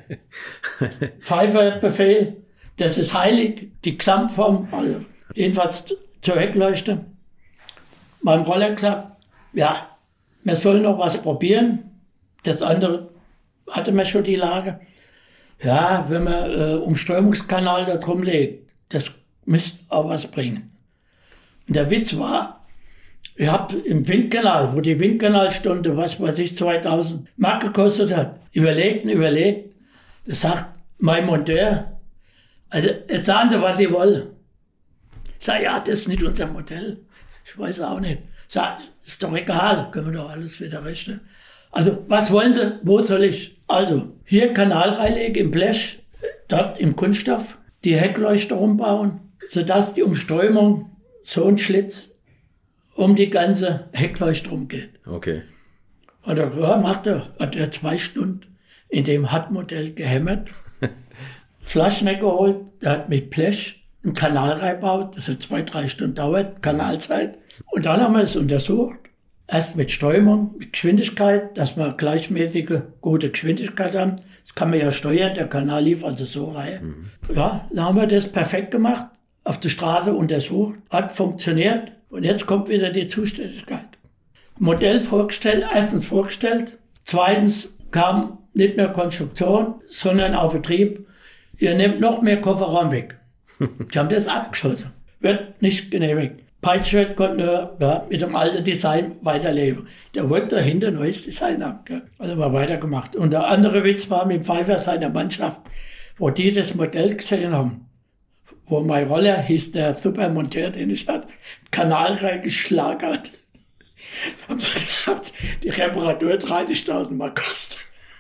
Pfeiferbefehl, das ist heilig, die Gesamtform, also jedenfalls zur Heckleuchte. Mein Roller gesagt, ja, wir sollen noch was probieren. Das andere hatte man schon die Lage. Ja, wenn man äh, Umströmungskanal da drum legt, das müsste auch was bringen. Und der Witz war, ich habe im Windkanal, wo die Windkanalstunde, was weiß ich, zweitausend Mark gekostet hat, überlegt und überlegt. Das sagt mein Monteur, also jetzt sagen Sie, was Sie wollen. Ich sage, ja, das ist nicht unser Modell. Ich weiß auch nicht. Ich sage, ist doch egal, können wir doch alles wieder richten. Also, was wollen Sie? Wo soll ich? Also, hier Kanal reinlegen im Blech, dort im Kunststoff, die Heckleuchte rumbauen, sodass die Umströmung so ein Schlitz um die ganze Heckleuchte rumgeht. Okay. Und er ja, macht er, hat er zwei Stunden in dem Hartmodell gehämmert, Flaschen geholt, der hat mit Blech einen Kanal reingebaut, das hat zwei, drei Stunden dauert, Kanalzeit. Und dann haben wir es untersucht. Erst mit Strömung, mit Geschwindigkeit, dass wir gleichmäßige, gute Geschwindigkeit haben. Das kann man ja steuern, der Kanal lief also so rein. Mhm. Ja, dann haben wir das perfekt gemacht, auf der Straße untersucht, hat funktioniert. Und jetzt kommt wieder die Zuständigkeit. Modell vorgestellt, erstens vorgestellt, zweitens kam nicht mehr Konstruktion, sondern auf Vertrieb. Ihr nehmt noch mehr Kofferraum weg. Die haben das abgeschossen. Wird nicht genehmigt. Peitschwert konnte ja, mit dem alten Design weiterleben. Der wollte dahinter ein neues Design haben. Gell? Also mal weitergemacht. Und der andere Witz war mit Pfeiffer seiner Mannschaft, wo die das Modell gesehen haben. Wo mein Roller hieß der Supermonteur, den ich hatte, Kanal reingeschlagert. Haben sie gesagt, die Reparatur dreißigtausend Mark kostet.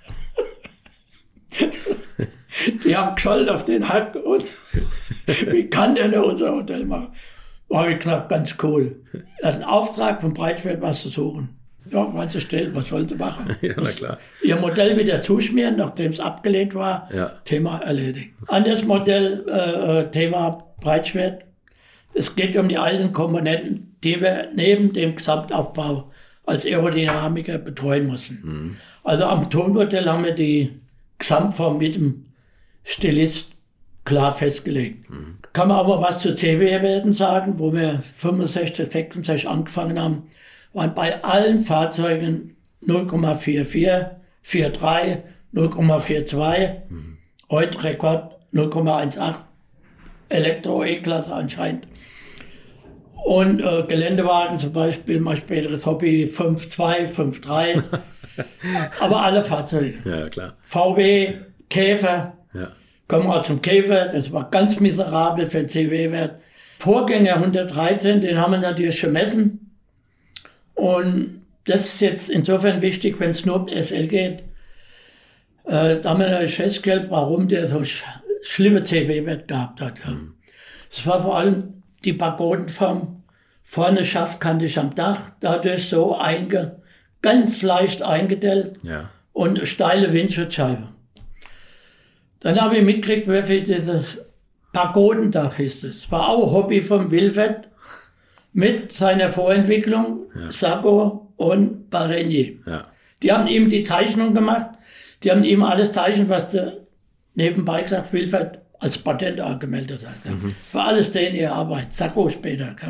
Die haben gescholten auf den Hack und wie kann der denn unser Hotel machen? Da habe ich gesagt, ganz cool. Er hat einen Auftrag vom Breitfeld, was zu suchen. Ja, waren sie still, was sollen sie machen? Ja, na klar. Ihr Modell wieder zuschmieren, nachdem es abgelehnt war, ja. Thema erledigt. Anderes Modell, äh, Thema Breitschwert. Es geht um die Eisenkomponenten, die wir neben dem Gesamtaufbau als Aerodynamiker betreuen mussten. Mhm. Also am Tonmodell haben wir die Gesamtform mit dem Stilist klar festgelegt. Mhm. Kann man aber was zu C W-Werten sagen, wo wir fünfundsechzig, sechsundsechzig angefangen haben, waren bei allen Fahrzeugen null Komma vierundvierzig, vierunddreißig, null Komma zweiundvierzig, mhm. heute Rekord null Komma achtzehn, Elektro-E-Klasse anscheinend. Und äh, Geländewagen zum Beispiel, mein späteres Hobby, fünf Komma zwei, fünf Komma drei, aber alle Fahrzeuge. Ja, klar. V W, Käfer, ja. Kommen wir zum Käfer, das war ganz miserabel für den C W-Wert. Vorgänger hundertdreizehn, den haben wir natürlich gemessen. Und das ist jetzt insofern wichtig, wenn es nur um S L geht. Äh, da haben wir natürlich festgestellt, warum der so sch schlimme C W-Wert gehabt hat. Ja. Mhm. Das war vor allem die Pagodenform. Vorne scharfkantig am Dach, dadurch so einge, ganz leicht eingedellt ja. Und eine steile Windschutzscheibe. Dann habe ich mitgekriegt, wie viel dieses Pagodendach ist es. War auch Hobby vom Wilfert. mit seiner Vorentwicklung, ja. Sacco und Barenier. Ja. Die haben ihm die Zeichnung gemacht, die haben ihm alles zeichnet, was der nebenbei gesagt Wilfert als Patent angemeldet hat. Mhm. Für alles denen ihre Arbeit, Sacco später. Ja.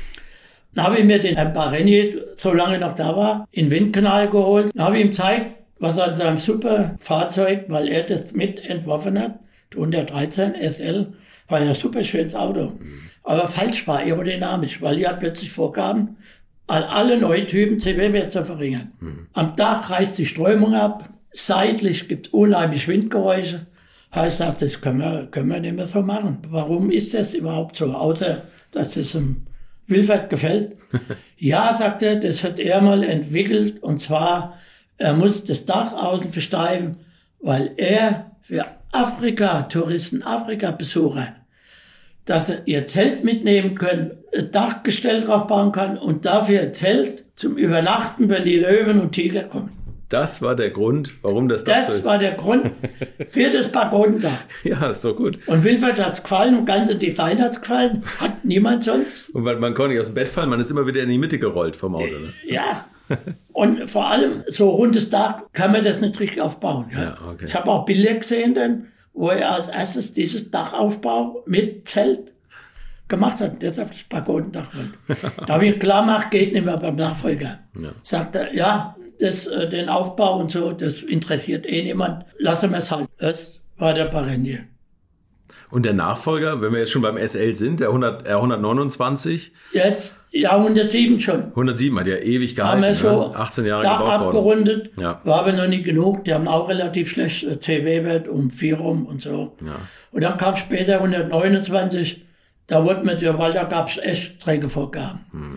Dann habe ich mir den Herrn Barenier, solange noch da war, in den Windkanal geholt. Dann habe ich ihm gezeigt, was an seinem super Fahrzeug, weil er das mit entworfen hat, der hundertdreizehn S L, war ja ein super schönes Auto. Mhm. Aber falsch war, aerodynamisch, weil die hat plötzlich vorgaben, an alle neuen Typen C W-Wert zu verringern. Mhm. Am Dach reißt die Strömung ab, seitlich gibt es unheimlich Windgeräusche. Heißt, sagt, das können wir, können wir nicht mehr so machen. Warum ist das überhaupt so? Außer, dass es dem Wilfert gefällt. Ja, sagt er, das hat er mal entwickelt. Und zwar, er muss das Dach außen versteifen, weil er für Afrika-Touristen, Afrika-Besucher, dass er ihr Zelt mitnehmen können, ein Dachgestell drauf bauen kann und dafür ein Zelt zum Übernachten, wenn die Löwen und Tiger kommen. Das war der Grund, warum das Dach Das so ist. war der Grund für das Pagodendach. Ja, ist doch gut. Und Wilfert hat's gefallen und ganze Design hat's gefallen. Hat niemand sonst. Und man, man konnte nicht aus dem Bett fallen, man ist immer wieder in die Mitte gerollt vom Auto. Ne? Ja. Und vor allem, so rundes Dach kann man das nicht richtig aufbauen. Ja. Ja, okay. Ich habe auch Bilder gesehen, denn, wo er als erstes dieses Dachaufbau mit Zelt gemacht hat. Deshalb das Pagodendach. Da habe ich ihm klar gemacht, geht nicht mehr beim Nachfolger. Ja. Sagt er, ja, das, äh, den Aufbau und so, das interessiert eh niemand. Lassen wir es halt. Das war der Barenier. Und der Nachfolger, wenn wir jetzt schon beim S L sind, der hundert, äh, hundertneunundzwanzig? Jetzt, ja, hundertsieben schon. hundertsieben hat ja ewig gehalten. Haben wir so ne? achtzehn Jahre Dach gebaut worden. abgerundet, Ja. war aber noch nicht genug. Die haben auch relativ schlecht äh, C W-Wert und vier rum und so. Ja. Und dann kam später hundertneunundzwanzig, da wurde mit der, weil da gab es echt strenge Vorgaben. Hm.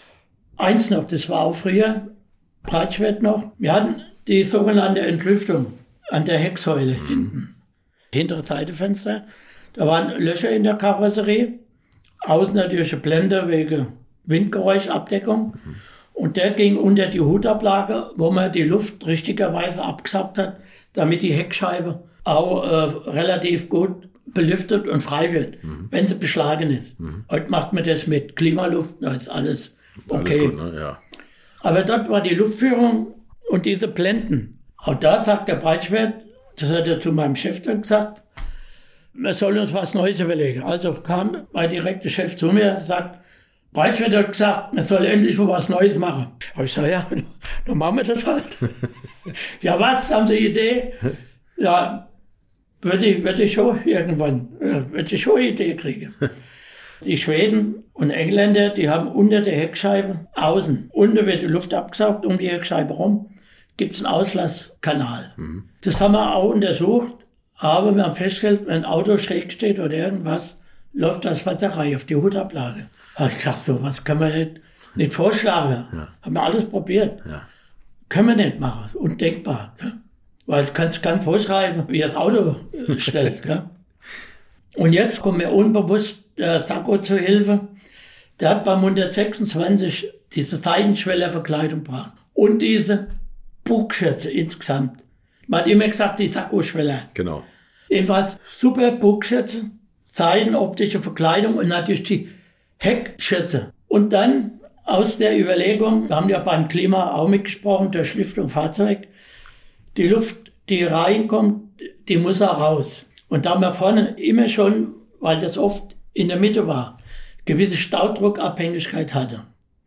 Eins noch, das war auch früher, Breitschwert noch. Wir hatten die sogenannte Entlüftung an der Hecksäule mhm. hinten. Hintere Seitefenster. Da waren Löcher in der Karosserie. Außen natürlich eine Blende wegen Windgeräuschabdeckung. Mhm. Und der ging unter die Hutablage, wo man die Luft richtigerweise abgesaugt hat, damit die Heckscheibe auch äh, relativ gut belüftet und frei wird, mhm. wenn sie beschlagen ist. Mhm. Heute macht man das mit Klimaluft, da ist alles okay. Alles gut, ne? Ja. Aber dort war die Luftführung und diese Blenden. Auch da sagt der Breitschwert, das hat er zu meinem Chef dann gesagt, wir sollen uns was Neues überlegen. Also kam mein direkter Chef zu mir und sagt, Breitschwert hat gesagt, wir sollen endlich mal was Neues machen. Aber ich sage, ja, dann machen wir das halt. Ja, was? Haben Sie eine Idee? Ja, würde ich, würde ich schon irgendwann, würde ich schon eine Idee kriegen. Die Schweden und Engländer, die haben unter der Heckscheibe außen, unten wird die Luft abgesaugt, um die Heckscheibe rum, gibt es einen Auslasskanal. Mhm. Das haben wir auch untersucht, aber wir haben festgestellt, wenn ein Auto schräg steht oder irgendwas, läuft das Wasser rein auf die Hutablage. Da habe ich gesagt, so was können wir nicht, nicht vorschlagen. Ja. Haben wir alles probiert. Ja. Können wir nicht machen, undenkbar. Ja? Weil du kannst keinem vorschreiben, wie das Auto äh, stellt. Ja? Und jetzt kommt mir unbewusst der Sacco zur Hilfe. Der hat beim hundertsechsundzwanzig diese Seitenschwellerverkleidung gebracht. Und diese Bugschürze insgesamt. Man hat immer gesagt, die Sacco-Schweller. Genau. Jedenfalls super Bugschürze, seitenoptische Verkleidung und natürlich die Heckschürze. Und dann aus der Überlegung, wir haben ja beim Klima auch mitgesprochen, durch Lüftung Fahrzeug, die Luft, die reinkommt, die muss auch raus. Und da haben wir vorne immer schon, weil das oft in der Mitte war, gewisse Staudruckabhängigkeit hatte.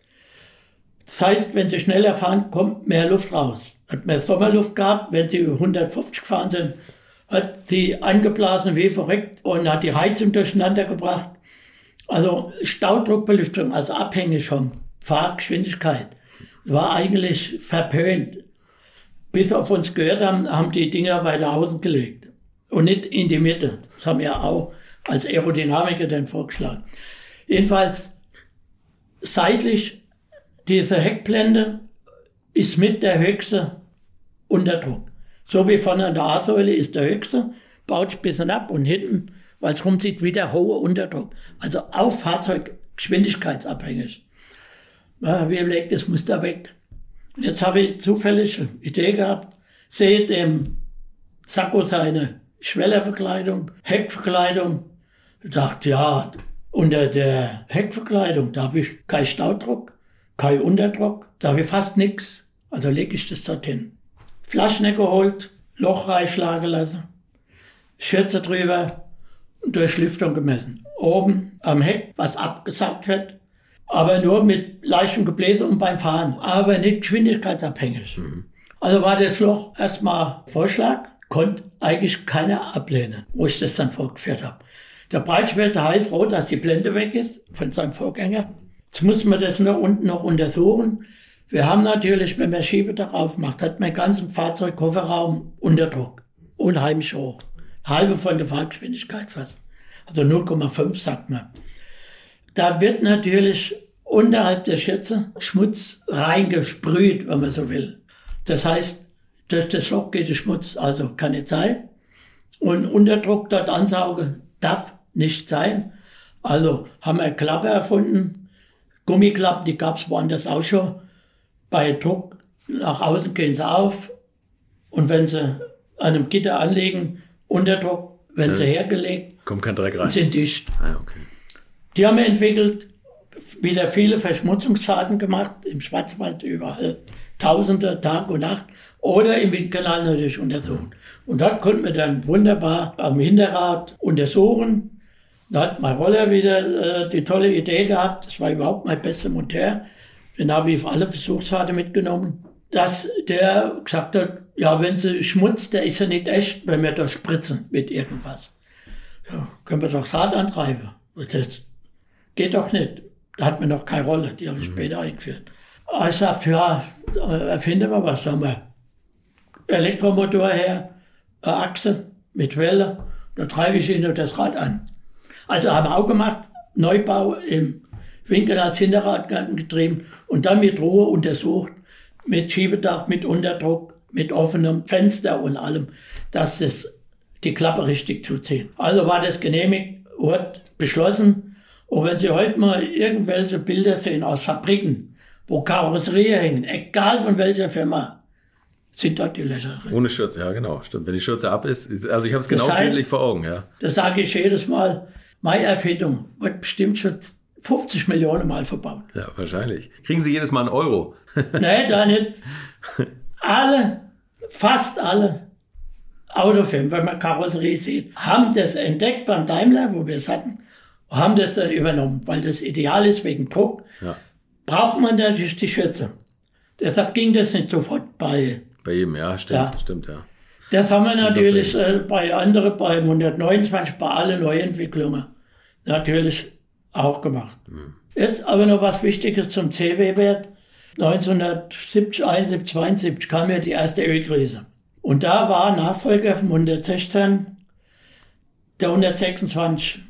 Das heißt, wenn sie schneller fahren, kommt mehr Luft raus. Hat mehr Sommerluft gehabt, wenn sie hundertfünfzig gefahren sind, hat sie angeblasen wie verrückt und hat die Heizung durcheinander gebracht. Also Staudruckbelüftung, also abhängig von Fahrgeschwindigkeit, war eigentlich verpönt. Bis auf uns gehört haben, haben die Dinger weiter außen gelegt und nicht in die Mitte. Das haben wir auch als Aerodynamiker dann vorgeschlagen. Jedenfalls seitlich diese Heckblende ist mit der höchste Unterdruck. So wie vorne an der A-Säule ist der höchste, baut ein bisschen ab und hinten, weil es rumzieht, wieder hoher Unterdruck. Also auf Fahrzeug geschwindigkeitsabhängig. Ja, wir überlegt, das muss da weg. Und jetzt habe ich zufällig eine Idee gehabt, sehe dem Sacco seine Schwellerverkleidung, Heckverkleidung. Ich dachte, ja, Unter der Heckverkleidung, da habe ich keinen Staudruck, keinen Unterdruck, da habe ich fast nichts. Also lege ich das dorthin. Flaschen geholt, Loch reinschlagen lassen, Schürze drüber und durch Lüftung gemessen. Oben am Heck, was abgesaugt wird, aber nur mit leichtem Gebläse und beim Fahren, aber nicht geschwindigkeitsabhängig. Mhm. Also war das Loch erstmal Vorschlag, konnte eigentlich keiner ablehnen, wo ich das dann vorgeführt habe. Der Breitschwert war heilfroh, dass die Blende weg ist von seinem Vorgänger. Jetzt mussten wir das noch unten noch untersuchen. Wir haben natürlich, wenn man Schiebedach aufmacht, hat man ganzen Fahrzeugkofferraum Unterdruck. Unheimlich hoch. Halbe von der Fahrgeschwindigkeit fast. Also null Komma fünf sagt man. Da wird natürlich unterhalb der Schürze Schmutz reingesprüht, wenn man so will. Das heißt, durch das Loch geht der Schmutz, also kann nicht sein. Und Unterdruck dort ansaugen darf nicht sein. Also haben wir Klappe erfunden. Gummiklappen, die gab es woanders auch schon. Bei Druck nach außen gehen sie auf. Und wenn sie an einem Gitter anlegen, Unterdruck, werden sie hergelegt, kommt kein Dreck rein. Und sind dicht. Ah, okay. Die haben wir entwickelt, wieder viele Verschmutzungsfahrten gemacht, im Schwarzwald überall, Tausende, Tag und Nacht, oder im Windkanal natürlich untersucht. Und dort konnten wir dann wunderbar am Hinterrad untersuchen. Da hat mein Roller wieder äh, die tolle Idee gehabt, das war überhaupt mein bester Monteur, den habe ich auf alle Versuchsfahrten mitgenommen, dass der gesagt hat, ja, wenn sie Schmutz, der ist ja nicht echt, wenn wir da spritzen mit irgendwas. Ja, können wir doch das Rad antreiben. Das geht doch nicht. Da hat man noch keine Rolle, die habe ich mhm. später eingeführt. Ich sagte, ja, erfinden wir was, sagen wir. Elektromotor her, eine Achse mit Welle, da treibe ich ihnen das Rad an. Also haben wir auch gemacht, Neubau im Winkel als Hinterrad getrieben und dann mit Ruhe untersucht, mit Schiebedach, mit Unterdruck, mit offenem Fenster und allem, dass das die Klappe richtig zuzieht. Also war das genehmigt, wurde beschlossen. Und wenn Sie heute mal irgendwelche Bilder sehen aus Fabriken, wo Karosserien hängen, egal von welcher Firma, sind dort die Löcher drin. Ohne Schürze, ja genau, stimmt. Wenn die Schürze ab ist, also ich habe es genau das heißt, bildlich vor Augen. Ja. Das sage ich jedes Mal, meine Erfindung wird bestimmt schon fünfzig Millionen Mal verbaut. Ja, wahrscheinlich. Kriegen Sie jedes Mal einen Euro? Nein, da nicht. Alle, fast alle Autofirmen, wenn man Karosserie sieht, haben das entdeckt beim Daimler, wo wir es hatten, und haben das dann übernommen, weil das ideal ist wegen Druck. Ja. Braucht man natürlich die Schürze. Deshalb ging das nicht sofort bei... Bei jedem, ja, stimmt, ja. stimmt, ja. Das haben wir natürlich äh, bei anderen, bei hundertneunundzwanzig, bei allen Neuentwicklungen natürlich auch gemacht. Mhm. Jetzt aber noch was Wichtiges zum C W-Wert. neunzehnhundertsiebzig, einundsiebzig, zweiundsiebzig kam ja die erste Ölkrise. Und da war Nachfolger vom hundertsechzehn der hundertsechsundzwanzig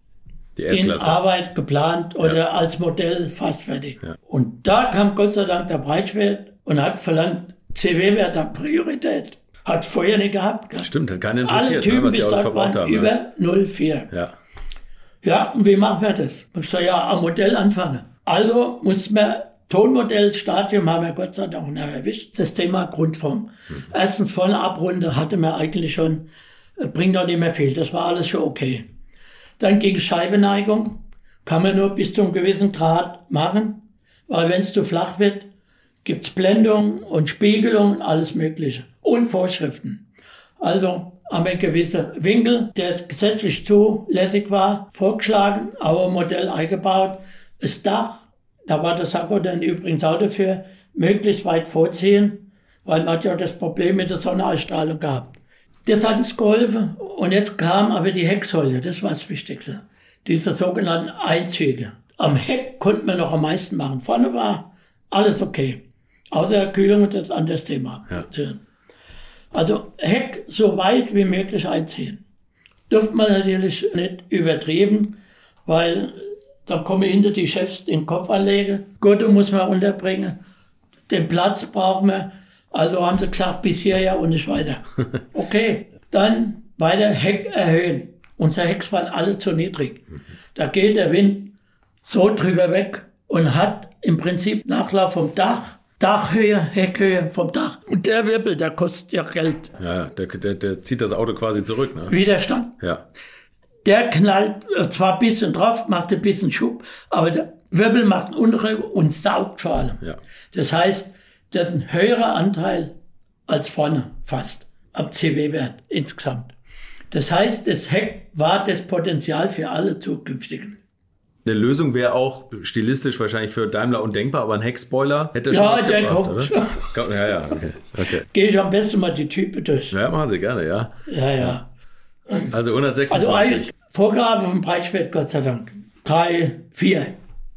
in Arbeit geplant oder ja. als Modell fast fertig. Ja. Und da kam Gott sei Dank der Breitschwert und hat verlangt, C W-Wert hat Priorität. Hat vorher nicht gehabt. Gell? Stimmt, hat keinen interessiert, alle Typen ne, was bis die alles verbraucht haben. Über ja. null Komma vier. Ja. Ja, und wie machen wir das? Ich sage, ja, am Modell anfangen. Also mussten wir Tonmodell, Stadium haben wir Gott sei Dank noch erwischt. Das Thema Grundform. Mhm. Erstens vorne Abrunde hatte man eigentlich schon, bringt auch nicht mehr viel. Das war alles schon okay. Dann ging Scheibenneigung. Kann man nur bis zu einem gewissen Grad machen. Weil wenn es zu flach wird, gibt's Blendung und Spiegelung und alles Mögliche. Und Vorschriften. Also haben wir gewisse Winkel, der gesetzlich zulässig war, vorgeschlagen, auch ein Modell eingebaut. Das Dach, da war der Sakko dann übrigens auch dafür, möglichst weit vorziehen, weil man hat ja das Problem mit der Sonnenausstrahlung gehabt. Das hat uns geholfen und jetzt kam aber die Hecksäule, das war das Wichtigste. Diese sogenannten Einzüge. Am Heck konnten wir noch am meisten machen. Vorne war alles okay. Außer Kühlung und das anderes Thema. Ja. Also Heck so weit wie möglich einziehen. Dürfte man natürlich nicht übertrieben, weil dann kommen hinter die Chefs den Kopf anlegen. Gurte muss man unterbringen. Den Platz brauchen wir. Also haben sie gesagt, bis hierher und nicht weiter. Okay, dann weiter Heck erhöhen. Unsere Hecks waren alle zu niedrig. Da geht der Wind so drüber weg und hat im Prinzip Nachlauf vom Dach. Dachhöhe, Heckhöhe vom Dach. Und der Wirbel, der kostet ja Geld. Ja, der, der, der zieht das Auto quasi zurück, ne? Widerstand. Ja. Der knallt zwar ein bisschen drauf, macht ein bisschen Schub, aber der Wirbel macht einen Unterdruck und saugt vor allem. Ja. Das heißt, das ist ein höherer Anteil als vorne fast am C W-Wert insgesamt. Das heißt, das Heck war das Potenzial für alle zukünftigen. Eine Lösung wäre auch stilistisch wahrscheinlich für Daimler undenkbar, aber ein Heckspoiler hätte schon Ja, was der gebracht, kommt. oder? Ja, ja, okay. okay. Gehe ich am besten mal die Typen durch. Ja, machen Sie gerne, ja. Ja, ja. Also Also hundertsechsundzwanzig. ein Vorgabe vom Breitschwert, Gott sei Dank. Drei, vier.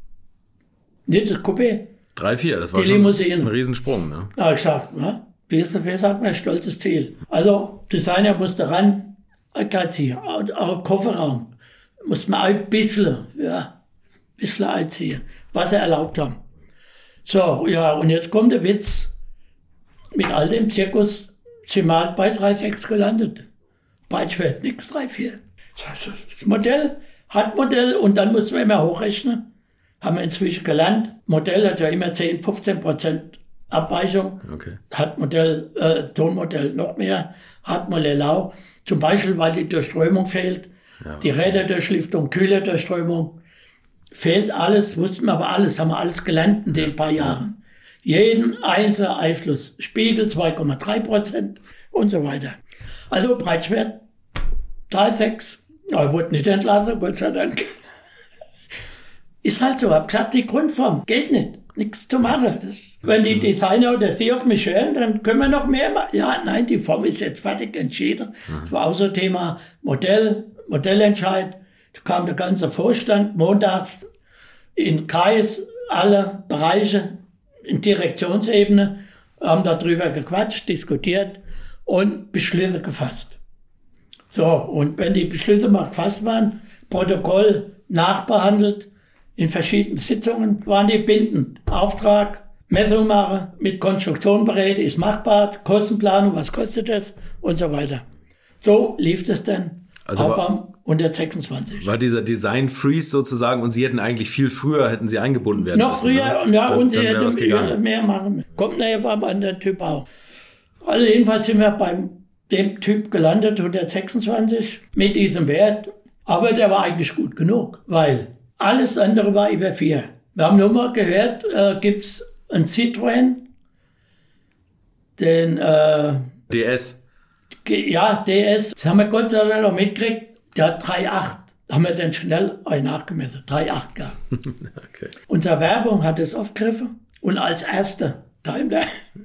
Nicht das Coupé. drei vier, das war Die schon Limousine. ein Riesensprung. Ne? Da habe ich gesagt, ja, wie ist das, hat man ein stolzes Ziel. Also, Designer musste ran, ganz hier, auch Kofferraum. Musste man ein bisschen, ja, ein bisschen einziehen, was sie erlaubt haben. So, ja, und jetzt kommt der Witz. Mit all dem Zirkus sind wir halt bei drei sechs gelandet. Breitschwert, nix, drei vier. Das Modell hat Modell und dann mussten wir immer hochrechnen. Haben wir inzwischen gelernt. Modell hat ja immer zehn, fünfzehn Prozent Abweichung. Okay. Hat Modell, äh, Tonmodell noch mehr. Hat Modell auch. Zum Beispiel, weil die Durchströmung fehlt. Ja, okay. Die Räderdurchlüftung, Kühlerdurchströmung. Fehlt alles, wussten wir aber alles, haben wir alles gelernt in den paar Jahren. Jeden einzelnen Einfluss. Spiegel zwei Komma drei Prozent und so weiter. Also Breitschwert drei sechs. Ja, wurde nicht entlassen, Gott sei Dank. Ist halt so, hab gesagt, die Grundform geht nicht. Nichts zu machen. Das, wenn die Designer oder sie auf mich hören, dann können wir noch mehr machen. Ja, nein, die Form ist jetzt fertig entschieden. Das war auch so Thema Modell, Modellentscheid. Da kam der ganze Vorstand montags in den Kreis, alle Bereiche in Direktionsebene, haben darüber gequatscht, diskutiert und Beschlüsse gefasst. So, und wenn die Beschlüsse mal gefasst waren, Protokoll nachbehandelt, in verschiedenen Sitzungen waren die bindend. Auftrag, Messung machen, mit Konstruktion bereden, ist machbar, Kostenplanung, was kostet das und so weiter. So lief das dann. Also auch war, beim hundertsechsundzwanzig. War dieser Design Freeze sozusagen und Sie hätten eigentlich viel früher, hätten Sie eingebunden werden Noch müssen. früher, ne? ja, dann, und sie dann was hätten gegangen. mehr machen. Kommt nachher beim anderen Typ auch. Also jedenfalls sind wir beim dem Typ gelandet, hundertsechsundzwanzig, mit diesem Wert. Aber der war eigentlich gut genug, weil alles andere war über vier. Wir haben nur mal gehört, äh, gibt's einen Citroën, den, äh, D S. ja, D S, das haben wir Gott sei Dank noch mitgekriegt, der hat drei Komma acht. Haben wir dann schnell ein nachgemessen, drei Komma acht gehabt. Okay. Unsere Werbung hat es aufgegriffen und als erster Daimler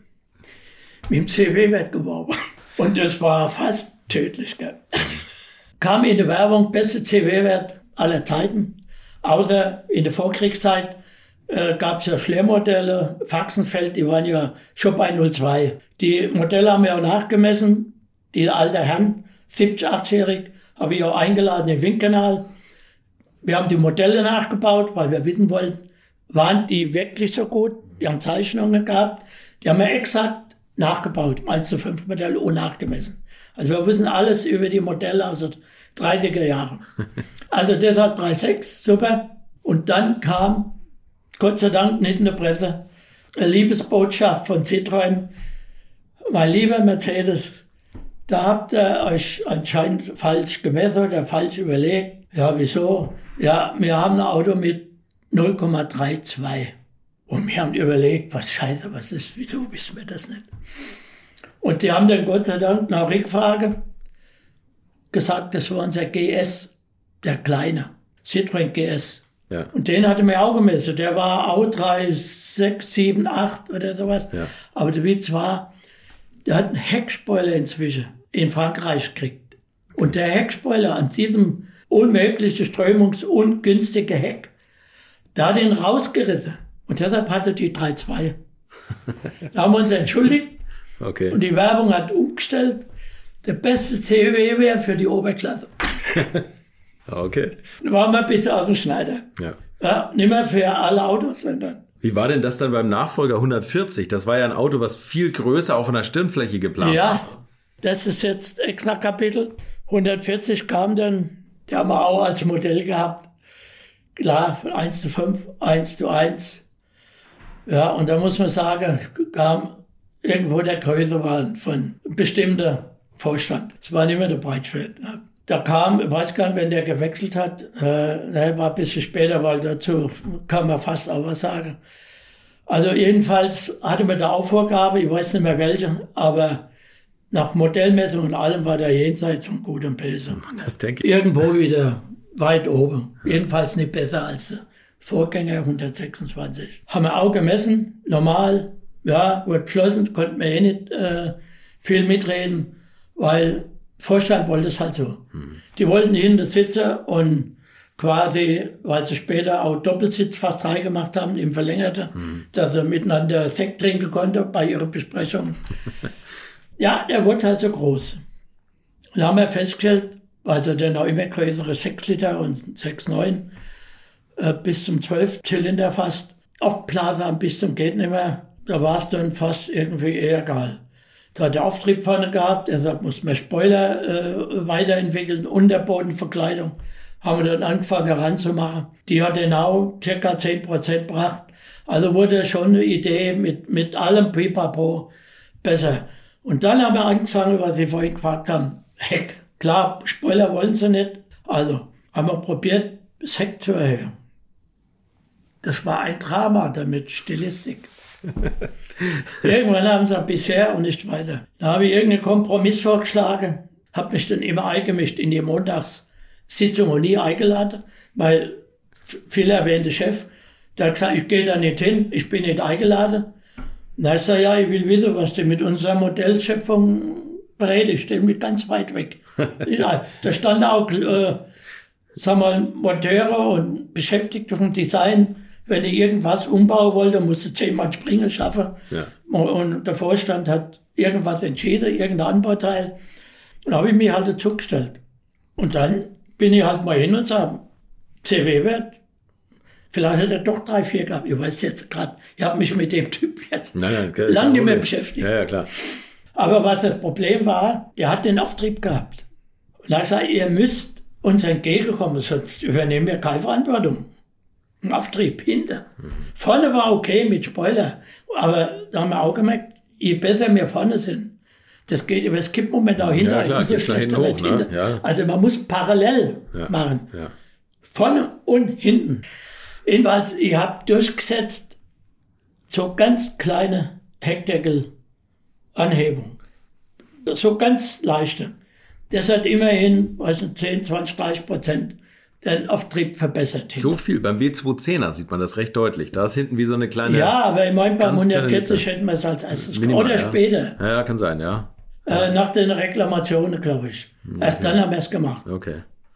mit dem C W-Wert geworben. Und das war fast tödlich. Gell? Kam in der Werbung, beste C W-Wert aller Zeiten. Außer in der Vorkriegszeit äh, gab es ja Schleermodelle, Faxenfeld, die waren ja schon bei null Komma zwei. Die Modelle haben wir auch nachgemessen. Die alte Herren, siebzig, achtzigjährig, habe ich auch eingeladen im Windkanal. Wir haben die Modelle nachgebaut, weil wir wissen wollten, waren die wirklich so gut? Die haben Zeichnungen gehabt. Die haben wir exakt nachgebaut, eins zu fünf Modelle und nachgemessen. Also wir wissen alles über die Modelle aus den dreißiger Jahren. Also deshalb drei Komma sechs, super. Und dann kam, Gott sei Dank nicht in der Presse, eine Liebesbotschaft von Citroën. Mein lieber Mercedes, da habt ihr euch anscheinend falsch gemessen oder falsch überlegt. Ja, wieso? Ja, wir haben ein Auto mit null Komma zweiunddreißig. Und wir haben überlegt, was scheiße, was ist, wieso wissen wir das nicht? Und die haben dann Gott sei Dank nach Rückfrage gesagt, das war unser G S, der kleine, Citroën G S. Ja. Und den hatte mir auch gemessen. Der war auch drei, sechs, sieben, acht oder sowas. Ja. Aber der Witz war, der hat einen Heckspoiler inzwischen in Frankreich gekriegt. Und der Heckspoiler an diesem unmöglichen, strömungsungünstigen Heck, da hat ihn rausgerissen. Und deshalb hatte die drei Komma zwei. Da haben wir uns entschuldigt. Okay. Und die Werbung hat umgestellt. Der beste C W-Wert für die Oberklasse. Okay. Da waren wir ein bisschen aus dem Schneider. Ja. Ja, nicht mehr für alle Autos, sondern. Wie war denn das dann beim Nachfolger hundertvierzig? Das war ja ein Auto, was viel größer auf einer Stirnfläche geplant war. Ja, das ist jetzt extra Kapitel. hundertvierzig kam dann, die haben wir auch als Modell gehabt. Klar, von eins zu fünf, eins zu eins. Ja, und da muss man sagen, kam irgendwo der Größe war von bestimmter Vorstand. Es war nicht mehr der Breitschwert. Da kam, ich weiß gar nicht, wenn der gewechselt hat, äh, war ein bisschen später, weil dazu kann man fast auch was sagen. Also jedenfalls hatte man da auch Vorgabe, ich weiß nicht mehr welche, aber nach Modellmessung und allem war der jenseits von Gut und Böse. Das denke ich. Irgendwo wieder weit oben. Jedenfalls nicht besser als der Vorgänger hundertsechsundzwanzig. Haben wir auch gemessen, normal, ja, wurde beschlossen, konnten wir eh nicht äh, viel mitreden, weil Vorstand wollte es halt so. Hm. Die wollten hinten sitzen und quasi, weil sie später auch Doppelsitz fast reingemacht haben, im Verlängerten, hm. dass sie miteinander Sekt trinken konnte bei ihrer Besprechung. Ja, der wurde halt so groß. Dann haben wir festgestellt, also der noch immer größere sechs Liter und sechs Komma neun äh, bis zum zwölf Zylinder fast, aufblasen haben bis zum geht nicht mehr, da war es dann fast irgendwie eher egal. Da hat der Auftrieb vorne gehabt, deshalb mussten wir Spoiler äh, weiterentwickeln, Unterbodenverkleidung. Haben wir dann angefangen heranzumachen. Die hat genau ca. zehn Prozent gebracht. Also wurde schon eine Idee mit, mit allem Pipapo besser. Und dann haben wir angefangen, was Sie vorhin gefragt haben, Heck. Klar, Spoiler wollen sie nicht. Also haben wir probiert, das Heck zu erhöhen. Das war ein Drama damit, Stilistik. Irgendwann haben sie bisher und nicht weiter. Da habe ich irgendeinen Kompromiss vorgeschlagen, habe mich dann immer eingemischt in die Montagssitzung und nie eingeladen, weil viel erwähnte Chef, der hat gesagt, ich gehe da nicht hin, ich bin nicht eingeladen. Na, ich sage, ja, ich will wissen, was du mit unserer Modellschöpfung beredest, ich stehe mit ganz weit weg. Da standen auch, äh, sagen wir mal, Monteure und Beschäftigte vom Design. Wenn ich irgendwas umbauen wollte, musste zehnmal Springen schaffen. Ja. Und der Vorstand hat irgendwas entschieden, irgendein Anbauteil. Und da habe ich mich halt dazu gestellt. Und dann bin ich halt mal hin und sage, C W-Wert, vielleicht hat er doch drei, vier gehabt. Ich weiß jetzt gerade, ich habe mich mit dem Typ jetzt nein, nein, lange nicht mehr beschäftigt. Ja, ja, klar. Aber was das Problem war, der hat den Auftrieb gehabt. Und da sagt er, ihr müsst uns entgegenkommen, sonst übernehmen wir keine Verantwortung. Ein Auftrieb hinter. Mhm. Vorne war okay mit Spoiler, aber da haben wir auch gemerkt, je besser wir vorne sind, das geht über das Kippmoment auch hinter. Ja, klar, so schlechter hoch, ne? Ja. Also man muss parallel ja. machen. Ja. Vorne und hinten. Jedenfalls, ich habe durchgesetzt, so ganz kleine Heckdeckel-Anhebung. So ganz leichte. Das hat immerhin, weiß nicht, zehn, zwanzig, dreißig Prozent den Auftrieb verbessert. So hinten. Viel. Beim W zweihundertzehner sieht man das recht deutlich. Da ist hinten wie so eine kleine... Ja, aber ich meine, beim hundertvierzig hätten wir es als erstes Minimal, oder ja. später. Ja, ja, kann sein, ja. Äh, nach den Reklamationen, glaube ich. Okay. Erst dann haben wir es gemacht. Okay.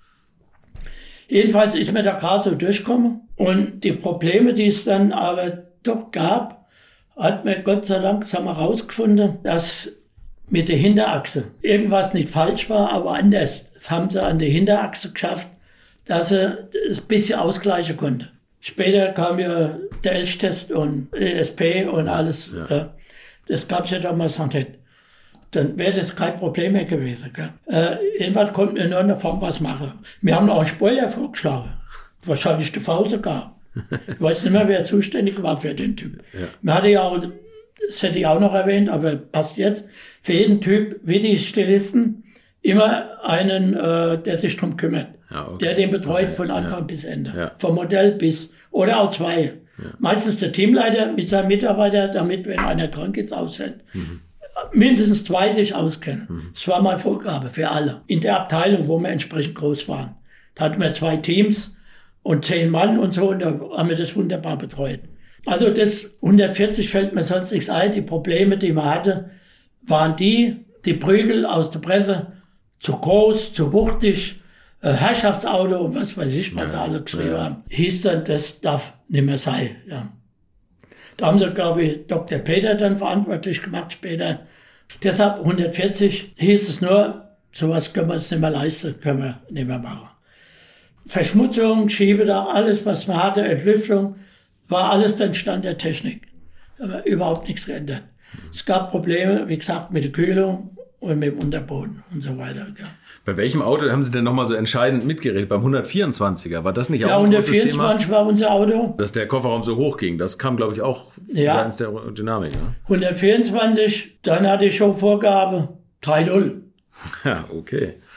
Jedenfalls ist mir da gerade so durchgekommen. Und die Probleme, die es dann aber doch gab, hat mir Gott sei Dank haben wir rausgefunden, dass mit der Hinterachse irgendwas nicht falsch war, aber anders. Das haben sie an der Hinterachse geschafft, dass er es ein bisschen ausgleichen konnte. Später kam ja der Elchtest und E S P und alles. Ja. Ja. Das gab es ja damals noch nicht. Dann wäre das kein Problem mehr gewesen. Gell? Äh, jedenfalls konnten wir nur in der Form was machen. Wir haben auch einen Spoiler vorgeschlagen. Wahrscheinlich der V sogar. Ich weiß nicht mehr, wer zuständig war für den Typ. Ja. Man hatte ja auch, das hätte ich auch noch erwähnt, aber passt jetzt, für jeden Typ, wie die Stilisten, immer einen, äh, der sich drum kümmert. Ja, okay. Der den betreut okay. von Anfang ja. bis Ende. Ja. Vom Modell bis, oder auch zwei. Ja. Meistens der Teamleiter mit seinem Mitarbeiter, damit, wenn einer krank ist, aushält. Mhm. Mindestens zwei sich auskennen. Mhm. Das war meine Vorgabe für alle. In der Abteilung, wo wir entsprechend groß waren. Da hatten wir zwei Teams und zehn Mann und so, und da haben wir das wunderbar betreut. Also das hundertvierzig fällt mir sonst nichts ein. Die Probleme, die man hatte, waren die, die Prügel aus der Presse, zu groß, zu wuchtig, äh, Herrschaftsauto und was weiß ich, was ja, alle geschrieben ja. haben. Hieß dann, das darf nicht mehr sein. Ja. Da haben sie, glaube ich, Doktor Peter dann verantwortlich gemacht später. Deshalb hundertvierzig hieß es nur, sowas können wir uns nicht mehr leisten, können wir nicht mehr machen. Verschmutzung, Schiebedach, alles, was man hatte, Entlüftung, war alles dann Stand der Technik. Da haben wir überhaupt nichts geändert. Es gab Probleme, wie gesagt, mit der Kühlung und mit dem Unterboden und so weiter. Ja. Bei welchem Auto haben Sie denn nochmal so entscheidend mitgeredet? Beim hundertvierundzwanziger, war das nicht auch ja, ein großes Thema? Ja, hundertvierundzwanzig war unser Auto. Dass der Kofferraum so hoch ging, das kam, glaube ich, auch ja. seitens der Dynamik. Ja? hundertvierundzwanzig, dann hatte ich schon Vorgabe drei null. Ja, okay.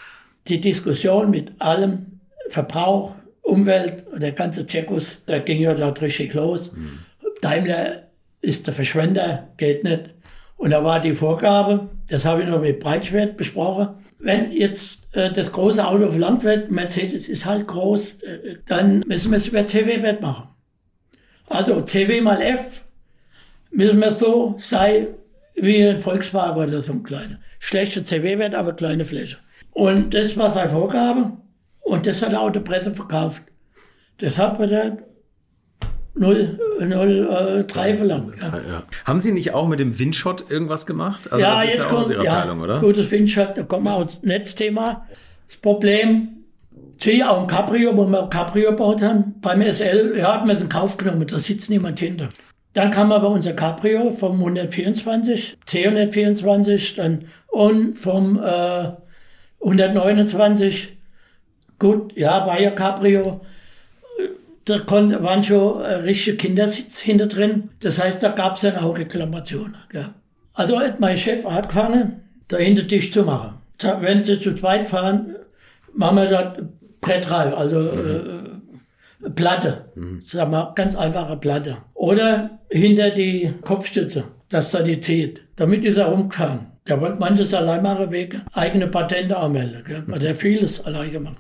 die Diskussion mit allem Verbrauch, Umwelt und der ganze Zirkus, da ging ja dort richtig los. Mhm. Daimler ist der Verschwender, geht nicht. Und da war die Vorgabe, das habe ich noch mit Breitschwert besprochen, wenn jetzt äh, das große Auto verlangt wird, Mercedes ist halt groß, äh, dann müssen wir es über C W-Wert machen. Also C W mal F müssen wir so sein wie ein Volkswagen oder so ein kleiner. Schlechter C W-Wert, aber kleine Fläche. Und das war seine Vorgabe und das hat auch die Presse verkauft. Das hat man dann null Komma drei verlangt. Ja. Ja. Haben Sie nicht auch mit dem Windshot irgendwas gemacht? Also ja, das ist jetzt ja kommt, aus Ihrer ja, Abteilung, oder? Gutes Windshot, da kommen wir aufs Netzthema. Das Problem, Sie auch ein Cabrio, wo wir ein Cabrio gebaut haben, beim S L, ja, hat man es in Kauf genommen, da sitzt niemand hinter. Dann kam aber unser Cabrio vom hundertvierundzwanzig, C hundertvierundzwanzig, dann und vom äh, hundertneunundzwanzig. Gut, ja, war ja Cabrio. Da konnte, waren schon äh, richtige Kindersitz hinter drin. Das heißt, da gab es dann auch Reklamationen. Ja. Also hat mein Chef angefangen, da hinter Tisch zu machen. Wenn sie zu zweit fahren, machen wir da Brettreihe, also äh, Platte. Mhm. Sagen wir, ganz einfache Platte. Oder hinter die Kopfstütze, dass da die zieht. Damit ist er rumgefahren. Der wollte manches allein machen, wegen eigene Patente anmelden. Gell? Der vieles allein gemacht.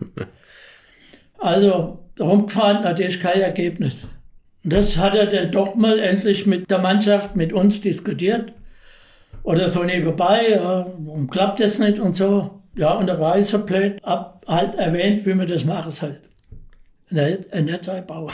Also rumgefahren, natürlich kein Ergebnis. Und das hat er dann doch mal endlich mit der Mannschaft, mit uns diskutiert. Oder so nebenbei, ja, warum klappt das nicht und so. Ja, und da war ich so blöd, hab halt erwähnt, wie man das machen halt. Ein Netzeinbauer.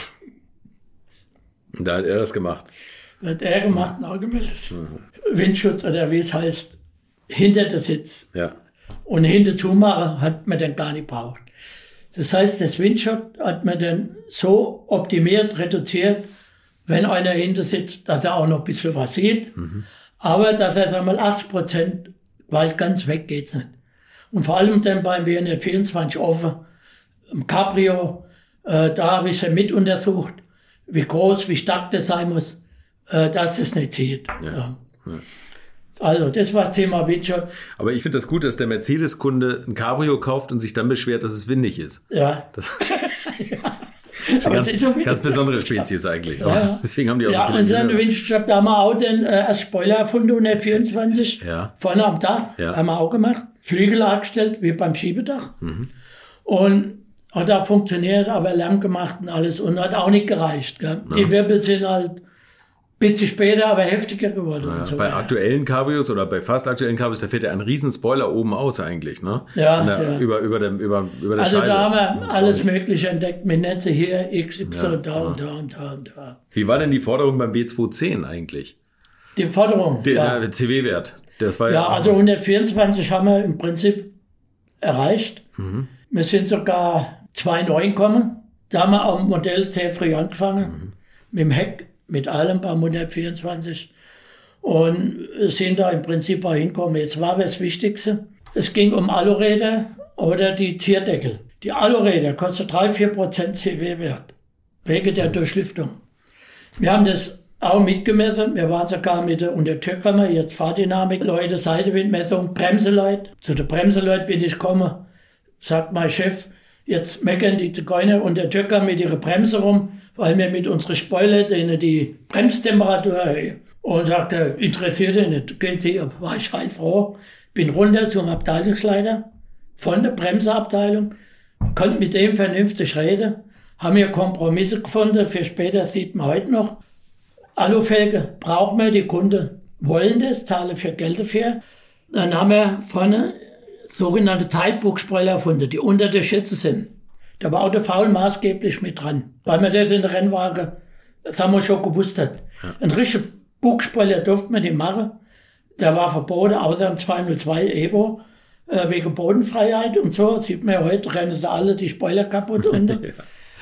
Und da hat er das gemacht? Da hat er gemacht und auch gemeldet. Mhm. Windschutz oder wie es heißt, hinter der Sitz. Ja. Und hinter Zumachen hat man dann gar nicht braucht. Das heißt, das Windshot hat man dann so optimiert, reduziert, wenn einer hinter sitzt, dass er auch noch ein bisschen was sieht. Mhm. Aber dass er einmal achtzig Prozent, weil ganz weg geht's nicht. Und vor allem dann beim W hundertvierundzwanzig offen, im Cabrio, äh, da habe ich ja mit untersucht, wie groß, wie stark das sein muss, äh, dass es nicht sieht. Ja. Ja. Ja. Also, das war das Thema Windshot. Aber ich finde das gut, dass der Mercedes-Kunde ein Cabrio kauft und sich dann beschwert, dass es windig ist. Ja. Das ja. Eine ganz, so ganz besondere Spezies eigentlich. Ja, ja. Deswegen haben die auch ja, so viele. Und so eine Windshot, da haben wir auch den äh, als Spoiler erfunden, hundertvierundzwanzig. Ja. Vorne am Dach, ja. haben wir auch gemacht. Flügel angestellt, wie beim Schiebedach. Mhm. Und hat auch funktioniert, aber Lärm gemacht und alles. Und hat auch nicht gereicht. Gell? Ja. Die Wirbel sind halt ein bisschen später, aber heftiger geworden. Ja, und so bei weiter. Aktuellen Cabrios oder bei fast aktuellen Cabrios, da fährt ja ein riesen Spoiler oben aus eigentlich, ne? Ja, der, ja. Über, über, dem, über, über der also Scheibe. da haben wir alles Mögliche entdeckt. Mit Netze hier, X Y, ja, da ja. und da und da und da. Wie war denn die Forderung beim W zweihundertzehn eigentlich? Die Forderung? Der, ja. der C W-Wert. Das war ja, ja, also hundertvierundzwanzig haben wir im Prinzip erreicht. Mhm. Wir sind sogar zwei Komma neun gekommen. Da haben wir auch ein Modell sehr früh angefangen. Mhm. Mit dem Heck. Mit allem beim hundertvierundzwanzig und sind da im Prinzip auch hingekommen. Jetzt war das Wichtigste, es ging um Aluräder oder die Zierdeckel. Die Aluräder kosten drei bis vier Prozent C W-Wert, wegen der Durchlüftung. Wir haben das auch mitgemessen, wir waren sogar mit der, und der Türkammer, jetzt Fahrdynamik, Leute, Seitewindmessung, Bremseleute. Zu der Bremseleute bin ich gekommen, sagt mein Chef, jetzt meckern die Zigeuner und der Türker mit ihrer Bremse rum, weil wir mit unserer Spoiler denen die Bremstemperatur erhöhen. Und sagte, interessiert ihn nicht, geht hier, war ich halt froh. Bin runter zum Abteilungsleiter von der Bremseabteilung, konnte mit dem vernünftig reden, haben wir Kompromisse gefunden, für später sieht man heute noch. Alufelge braucht man, die Kunden wollen das, zahlen für Geld dafür. Dann haben wir vorne sogenannte Teilbugspoiler erfunden, die unter der Schütze sind. Da war auch der Faul maßgeblich mit dran, weil man das in der Rennwagen, das haben wir schon gewusst hat. Ja. Ein richtiger Bugspoiler durfte man nicht machen. Der war verboten, außer im zweihundertzwei Evo, äh, wegen Bodenfreiheit und so. Sieht man ja heute, rennen sie alle die Spoiler kaputt runter. Ja.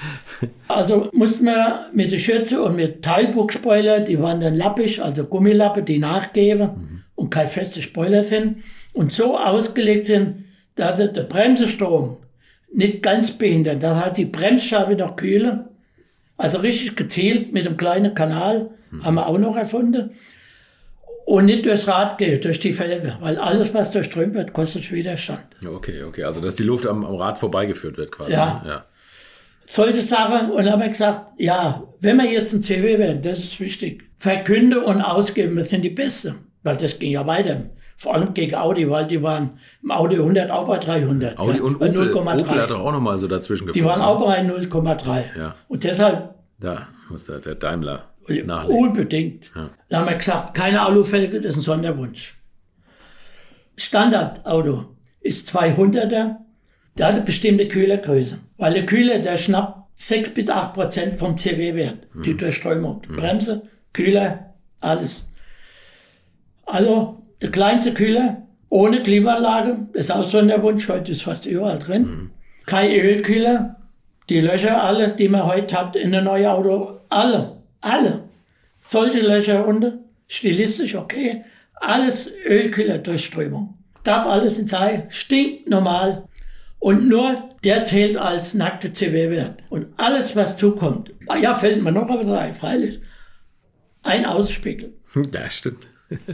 Also mussten wir mit der Schürze und mit Teilbugspoiler, die waren dann lappig, also Gummilappe, die nachgeben mhm. und kein fester Spoiler sind. Und so ausgelegt sind, dass der Bremsestrom nicht ganz behindert. Das heißt, die Bremsscheibe noch kühler. Also richtig gezielt mit einem kleinen Kanal, mhm. haben wir auch noch erfunden. Und nicht durchs Rad geht, durch die Felge. Weil alles, was durchströmt wird, kostet Widerstand. Okay, okay. Also, dass die Luft am, am Rad vorbeigeführt wird quasi. Ja. Ne? Ja. Solche Sachen. Und dann haben wir gesagt, ja, wenn wir jetzt ein C W werden, das ist wichtig. Verkünde und ausgeben, wir sind die Beste. Weil das ging ja weiter. Vor allem gegen Audi, weil die waren im Audi hundert auch bei dreihundert. Audi ja, und bei Opel, null Komma drei. Opel hat doch auch nochmal so dazwischen gefunden. Die waren auch bei null Komma drei. Ja. Und deshalb... Da muss der, der Daimler nachlegen. Unbedingt. Ja. Da haben wir gesagt, keine Alufelge, das ist ein Sonderwunsch. Standardauto ist zweihunderter, der hat eine bestimmte Kühlergröße. Weil der Kühler, der schnappt sechs bis acht Prozent vom C W-Wert, hm. die Durchströmung. Hm. Bremse, Kühler, alles. Also der kleinste Kühler, ohne Klimaanlage, ist auch Sonderwunsch, heute ist fast überall drin. Hm. Kein Ölkühler, die Löcher alle, die man heute hat in einem neuen Auto, alle, alle. Solche Löcher unten, stilistisch okay, alles Ölkühlerdurchströmung. Darf alles nicht sein, stinkt normal. Und nur der zählt als nackte C W-Wert. Und alles, was zukommt, ah ja, fällt mir noch aber ein, freilich, ein Ausspiegel. Ja, stimmt.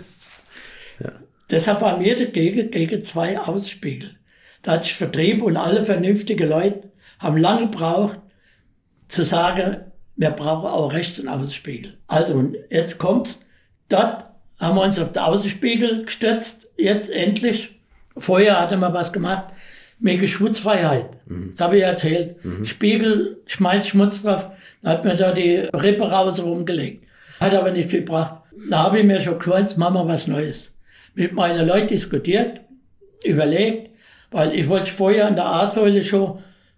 Ja. Deshalb waren wir dagegen, gegen zwei Ausspiegel. Da hat sich Vertrieb und alle vernünftigen Leute haben lange gebraucht, zu sagen, wir brauchen auch rechts einen Außenspiegel. Also, und jetzt kommt's. Dort haben wir uns auf den Außenspiegel gestürzt, jetzt endlich. Vorher hatten wir was gemacht, wegen Schmutzfreiheit. Mhm. Das habe ich erzählt. Mhm. Spiegel, schmeißt Schmutz drauf, dann hat mir da die Rippe raus rumgelegt. Hat aber nicht viel gebracht. Da habe ich mir schon gesagt, machen wir was Neues. Mit meinen Leuten diskutiert, überlegt, weil ich wollte vorher an der A-Säule schon,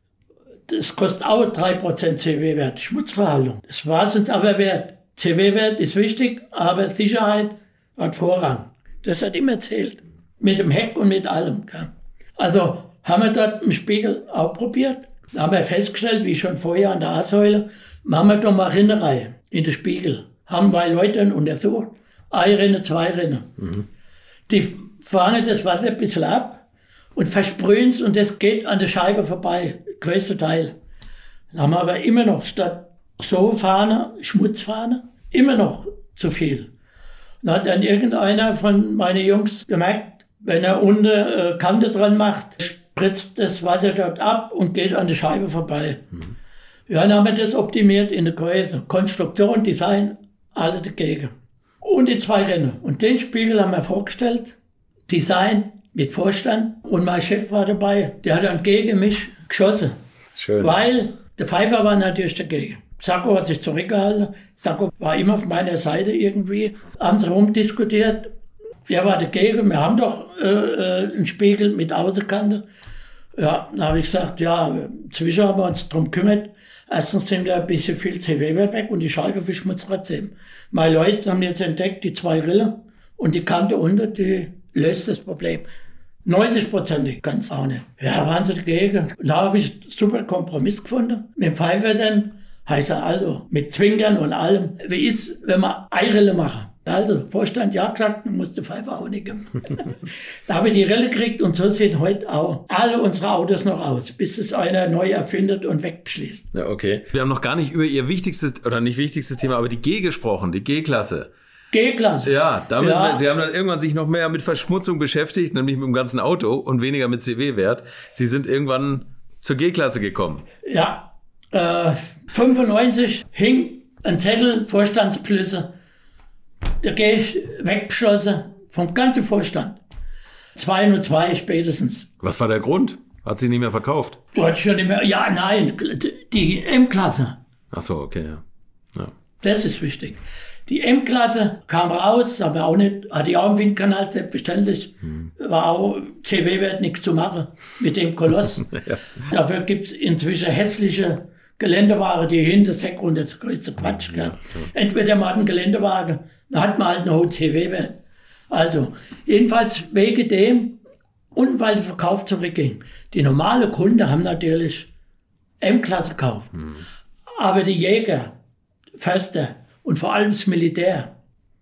das kostet auch drei Prozent C W-Wert, Schmutzverhaltung. Das war es uns aber wert. C W-Wert ist wichtig, aber Sicherheit hat Vorrang. Das hat immer erzählt. Mit dem Heck und mit allem. Also haben wir dort im Spiegel auch probiert. Da haben wir festgestellt, wie schon vorher an der A-Säule, machen wir doch mal Rinnerei in den Spiegel. Haben bei Leuten untersucht, eine Rinne, zwei Rinne. Mhm. Die fangen das Wasser ein bisschen ab und versprühen es und das geht an der Scheibe vorbei, größter Teil. Dann haben wir aber immer noch statt so Fahne, Schmutzfahne, immer noch zu viel. Dann hat dann irgendeiner von meinen Jungs gemerkt, wenn er unten äh, Kante dran macht, spritzt das Wasser dort ab und geht an der Scheibe vorbei. Mhm. Ja, dann haben wir das optimiert in der Größe. Konstruktion, Design, alle dagegen. Und die zwei Rennen. Und den Spiegel haben wir vorgestellt, Design mit Vorstand. Und mein Chef war dabei, der hat dann gegen mich geschossen. Schön. Weil der Pfeiffer war natürlich dagegen. Sacco hat sich zurückgehalten. Sacco war immer auf meiner Seite irgendwie. Haben sie rumdiskutiert. Wer war dagegen? Wir haben doch äh, äh, einen Spiegel mit Außenkante. Ja, dann habe ich gesagt, ja, inzwischen haben wir uns darum gekümmert. Erstens sind da ein bisschen viel C W-Wert weg und die Scheibe für Schmutz trotzdem. Meine Leute haben jetzt entdeckt, die zwei Rillen und die Kante unter, die löst das Problem. neunzig Prozent ganz auch nicht. Ja, waren sie dagegen. Und da habe ich einen super Kompromiss gefunden. Mit dem Pfeifer dann, heißt er also, mit Zwinkern und allem. Wie ist, wenn wir Eirille machen? Also, Vorstand ja gesagt, man muss den Pfeifer auch nicht geben. Da habe ich die Rille gekriegt und so sehen heute auch alle unsere Autos noch aus, bis es einer neu erfindet und wegbeschließt. Ja, okay. Wir haben noch gar nicht über Ihr wichtigstes, oder nicht wichtigstes Thema, aber die G gesprochen, die G-Klasse. G-Klasse. Ja, da müssen ja. wir, Sie haben dann irgendwann sich noch mehr mit Verschmutzung beschäftigt, nämlich mit dem ganzen Auto und weniger mit C W-Wert. Sie sind irgendwann zur G-Klasse gekommen. Ja, äh, fünfundneunzig hing ein Zettel, Vorstandsplüsse. Da gehe ich weggeschossen vom ganzen Vorstand. zwei null zwei spätestens. Was war der Grund? Hat sie nicht mehr verkauft? Du hattest schon nicht mehr, ja, nein, die M-Klasse. Ach so, okay, ja. ja. Das ist wichtig. Die M-Klasse kam raus, aber auch nicht, hatte ich auch einen Windkanal, selbstverständlich. Hm. War auch C W-Wert nichts zu machen mit dem Koloss. Ja. Dafür gibt's inzwischen hässliche Geländewagen, die hinter das Heck runter, das größte Quatsch. Ja, ja. Entweder man hat einen Geländewagen, dann hat man halt einen hohen C W-Wert. Also, jedenfalls wegen dem und weil der Verkauf zurückging. Die normale Kunden haben natürlich M-Klasse gekauft. Hm. Aber die Jäger, Förster und vor allem das Militär,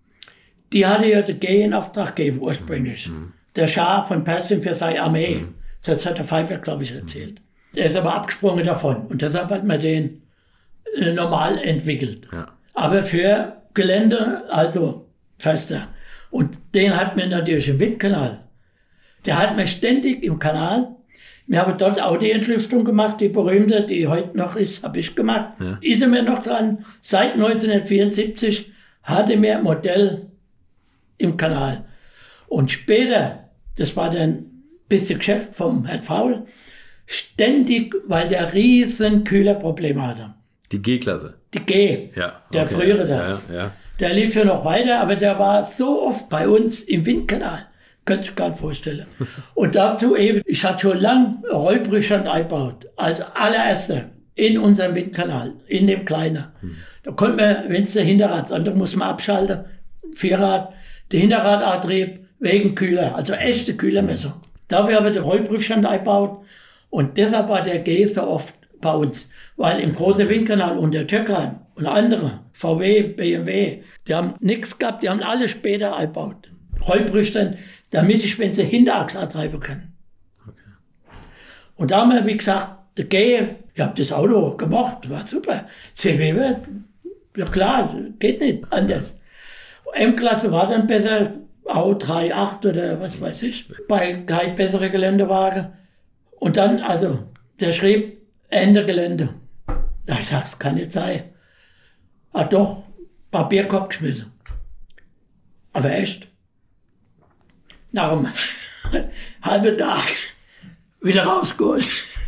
die hatte ja den G in Auftrag gegeben ursprünglich. Hm. Der Schah von Persien für seine Armee. Hm. Das hat der Pfeiffer, glaube ich, erzählt. Der ist aber abgesprungen davon. Und deshalb hat man den äh, normal entwickelt. Ja. Aber für Gelände, also Förster. Und den hat man natürlich im Windkanal. Der hat mir ständig im Kanal. Wir haben dort auch die Entlüftung gemacht, die berühmte, die heute noch ist, habe ich gemacht. Ja. Ist er mir noch dran. Seit neunzehnhundertvierundsiebzig hatte mir ein Modell im Kanal. Und später, das war dann ein bisschen Geschäft vom Herrn Faul, ständig, weil der riesen Kühlerprobleme hatte. Die G-Klasse? Die G, ja, okay. Der frühere da. Ja, ja. Der lief ja noch weiter, aber der war so oft bei uns im Windkanal. Könnt ihr euch gar nicht vorstellen. Und dazu eben, ich hatte schon lange Rollprüfstand eingebaut, als allererster in unserem Windkanal, in dem Kleinen. Hm. Da konnte man, wenn es der Hinterrad, das andere muss man abschalten, Vierrad, der Hinterradantrieb wegen Kühler, also echte Kühlermessung. Dafür habe ich den Rollprüfstand eingebaut und deshalb war der G so oft bei uns, weil im großen Windkanal und der Töckheim und andere, V W, B M W, die haben nichts gehabt, die haben alle später eingebaut. Rollprüfstand, damit ich, wenn sie Hinterachse antreiben kann. Okay. Und da haben wir, wie gesagt, der G, ich habe das Auto gemacht, war super. C W, ja klar, geht nicht anders. M-Klasse war dann besser, auch drei Komma acht oder was weiß ich, bei kein bessere Geländewagen. Und dann, also, der schrieb, Ende Gelände. Ich sag, es kann nicht sein. Ah doch, Papierkorb geschmissen. Aber echt. Nach einem halben Tag wieder rausgeholt.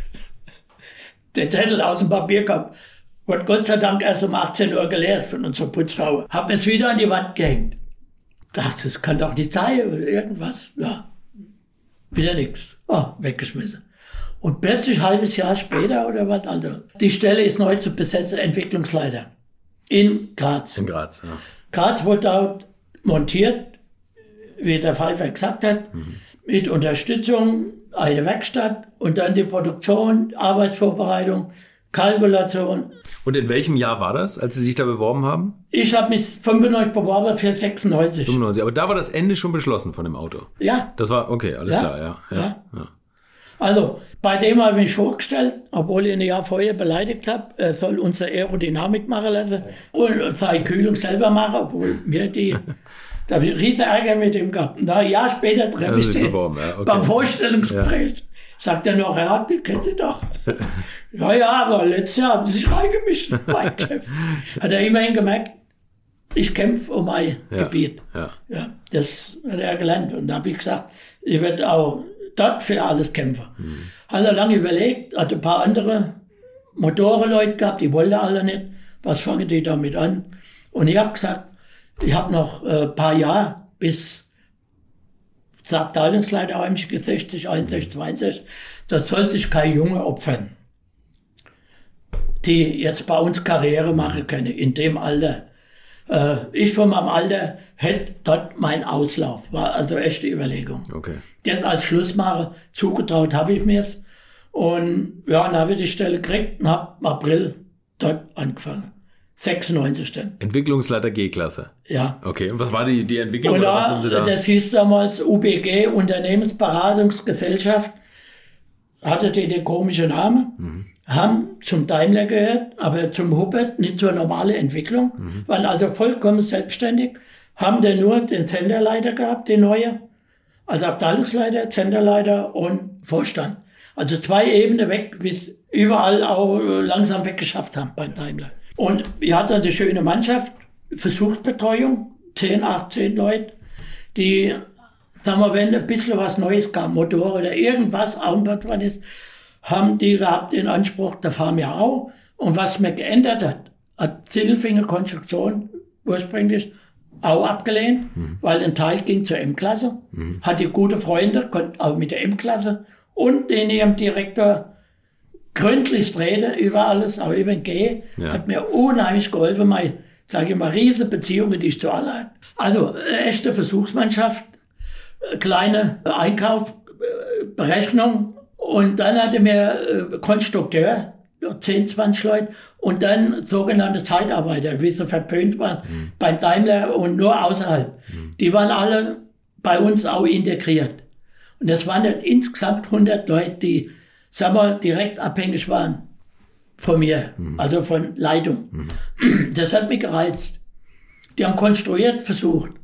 Den Zettel aus dem Papierkorb wird Gott sei Dank erst um achtzehn Uhr geleert von unserer Putzfrau. Hab es wieder an die Wand gehängt. Dachte, das kann doch nicht sein oder irgendwas. Ja, wieder nichts. Oh, weggeschmissen. Und plötzlich ein halbes Jahr später oder was, also, die Stelle ist neu zu besetzen, Entwicklungsleiter. In Graz. In Graz, ja. Graz wurde dort montiert, wie der Pfeiffer gesagt hat, mhm. mit Unterstützung, eine Werkstatt und dann die Produktion, Arbeitsvorbereitung, Kalkulation. Und in welchem Jahr war das, als Sie sich da beworben haben? Ich habe mich fünfundneunzig beworben für sechsundneunzig. fünfundneunzig, aber da war das Ende schon beschlossen von dem Auto? Ja. Das war, okay, alles ja. klar, ja. ja. ja. ja. Also, bei dem habe ich mich vorgestellt, obwohl ich ein Jahr vorher beleidigt habe, er soll unsere Aerodynamik machen lassen und seine Kühlung selber machen, obwohl mir die, da habe ich riesen Ärger mit ihm gehabt. Und ein Jahr später treffe ich den beworben, ja, okay. beim Vorstellungsgespräch. Ja. Sagt er noch, ja, die kennen Sie doch. ja, ja, aber letztes Jahr haben Sie sich reingemischt in mein Geschäft. Hat er immerhin gemerkt, ich kämpfe um mein ja. Gebiet. Ja. Ja, das hat er gelernt. Und da habe ich gesagt, ich werde auch dort für alles kämpfen. Mhm. Hat er lange überlegt, hat ein paar andere Motorenleute gehabt, die wollten alle nicht. Was fangen die damit an? Und ich habe gesagt, ich habe noch ein äh, paar Jahre bis zur Abteilungsleiter sechzig, einundsechzig, zweiundsechzig. Da soll sich kein Junge opfern, die jetzt bei uns Karriere machen können, in dem Alter. Äh, ich von meinem Alter hätte dort meinen Auslauf. War also echte Überlegung. Okay. Jetzt als Schlussmacher zugetraut habe ich mir's. Und ja, dann habe ich die Stelle gekriegt und habe im April dort angefangen. sechsundneunzig dann. Entwicklungsleiter G-Klasse? Ja. Okay, und was war die, die Entwicklung? Und oder da, was haben Sie da? Das hieß damals U B G, Unternehmensberatungsgesellschaft. Hatte die den komischen Namen. Mhm. Haben zum Daimler gehört, aber zum Hubbert, nicht zur normalen Entwicklung. Mhm. Waren also vollkommen selbstständig. Haben dann nur den Zenterleiter gehabt, den neue. Also Abteilungsleiter, Zenterleiter und Vorstand. Also zwei Ebenen weg, wie es überall auch langsam weggeschafft haben beim Daimler. Und ich hatte eine schöne Mannschaft, Versuchsbetreuung, zehn, achtzehn Leute, die, sagen wir, wenn ein bisschen was Neues kam, Motor oder irgendwas aufgebaut worden ist, haben die gehabt den Anspruch, da fahren wir auch. Und was mir geändert hat, hat Zittelfinger Konstruktion ursprünglich auch abgelehnt, mhm. weil ein Teil ging zur M-Klasse, mhm. hatte gute Freunde, konnte auch mit der M-Klasse und den ihrem Direktor gründlich reden über alles, auch über den G, ja. hat mir unheimlich geholfen, meine, sage ich mal, riesige Beziehungen, die ich zu allen hatte. Also, echte Versuchsmannschaft, kleine Einkauf, Berechnung und dann hatte mir Konstrukteur, zehn, zwanzig Leute und dann sogenannte Zeitarbeiter, wie sie verpönt waren, mhm. beim Daimler und nur außerhalb. Mhm. Die waren alle bei uns auch integriert. Und das waren dann insgesamt hundert Leute, die, sagen wir, direkt abhängig waren von mir, mhm. also von Leitung. Mhm. Das hat mich gereizt. Die haben konstruiert, versucht.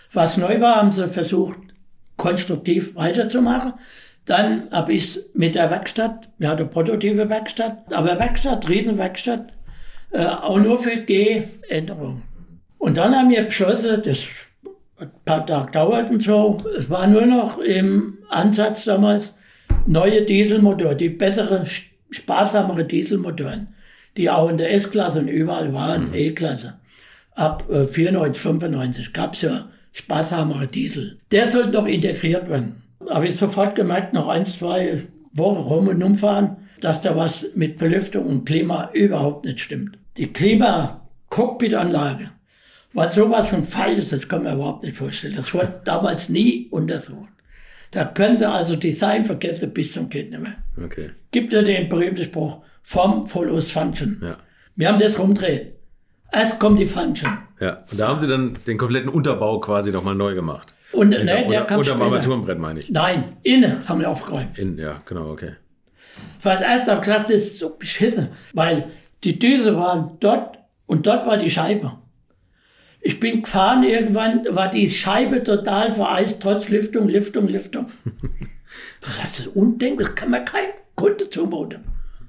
Was neu war, haben sie versucht, konstruktiv weiterzumachen. Dann habe ich mit der Werkstatt, wir hatten eine prototype Werkstatt, aber Werkstatt, Riesenwerkstatt, äh, auch nur für G-Änderungen. Und dann haben wir beschlossen, das ein paar Tage dauert und so, es war nur noch im Ansatz damals neue Dieselmotoren, die bessere, sparsamere Dieselmotoren, die auch in der S-Klasse und überall waren, mhm. E-Klasse. Ab äh, vierundneunzig, fünfundneunzig gab es ja sparsamere Diesel. Der sollte noch integriert werden. Habe ich sofort gemerkt, noch ein, zwei Wochen rum und umfahren, dass da was mit Belüftung und Klima überhaupt nicht stimmt. Die Klima-Cockpit-Anlage war sowas von Falsches, das kann man überhaupt nicht vorstellen. Das wurde damals nie untersucht. Da können Sie also Design vergessen bis zum Kind nicht mehr. Okay. Gibt ja den berühmten Spruch, Form follows Function. Ja. Wir haben das rumgedreht. Erst kommt die Function. Ja, und da haben Sie dann den kompletten Unterbau quasi nochmal neu gemacht. Und, Hinter, nee, der unter, kam unterm später. Armaturenbrett meine ich. Nein, innen haben wir aufgeräumt. In, ja, genau, okay. Was erst habe gesagt, das ist so beschissen, weil die Düse waren dort und dort war die Scheibe. Ich bin gefahren, irgendwann war die Scheibe total vereist, trotz Lüftung, Lüftung, Lüftung. Das heißt, das ist undenkbar, das kann man keinem Kunde zumuten.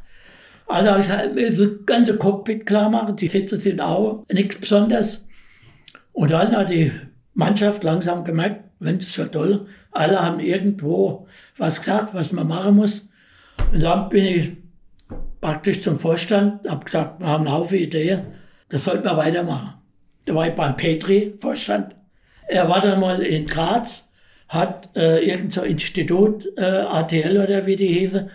Also habe ich gesagt, das ganze Cockpit klar machen, die Sitze sind auch nichts Besonderes. Und dann hat die Mannschaft langsam gemerkt, wenn das ist ja toll, alle haben irgendwo was gesagt, was man machen muss. Und dann bin ich praktisch zum Vorstand, habe gesagt, wir haben einen Haufen Ideen, das sollten wir weitermachen. Da war ich beim Petri-Vorstand. Er war dann mal in Graz, hat äh, irgend so Institut, äh, A T L oder wie die hieße,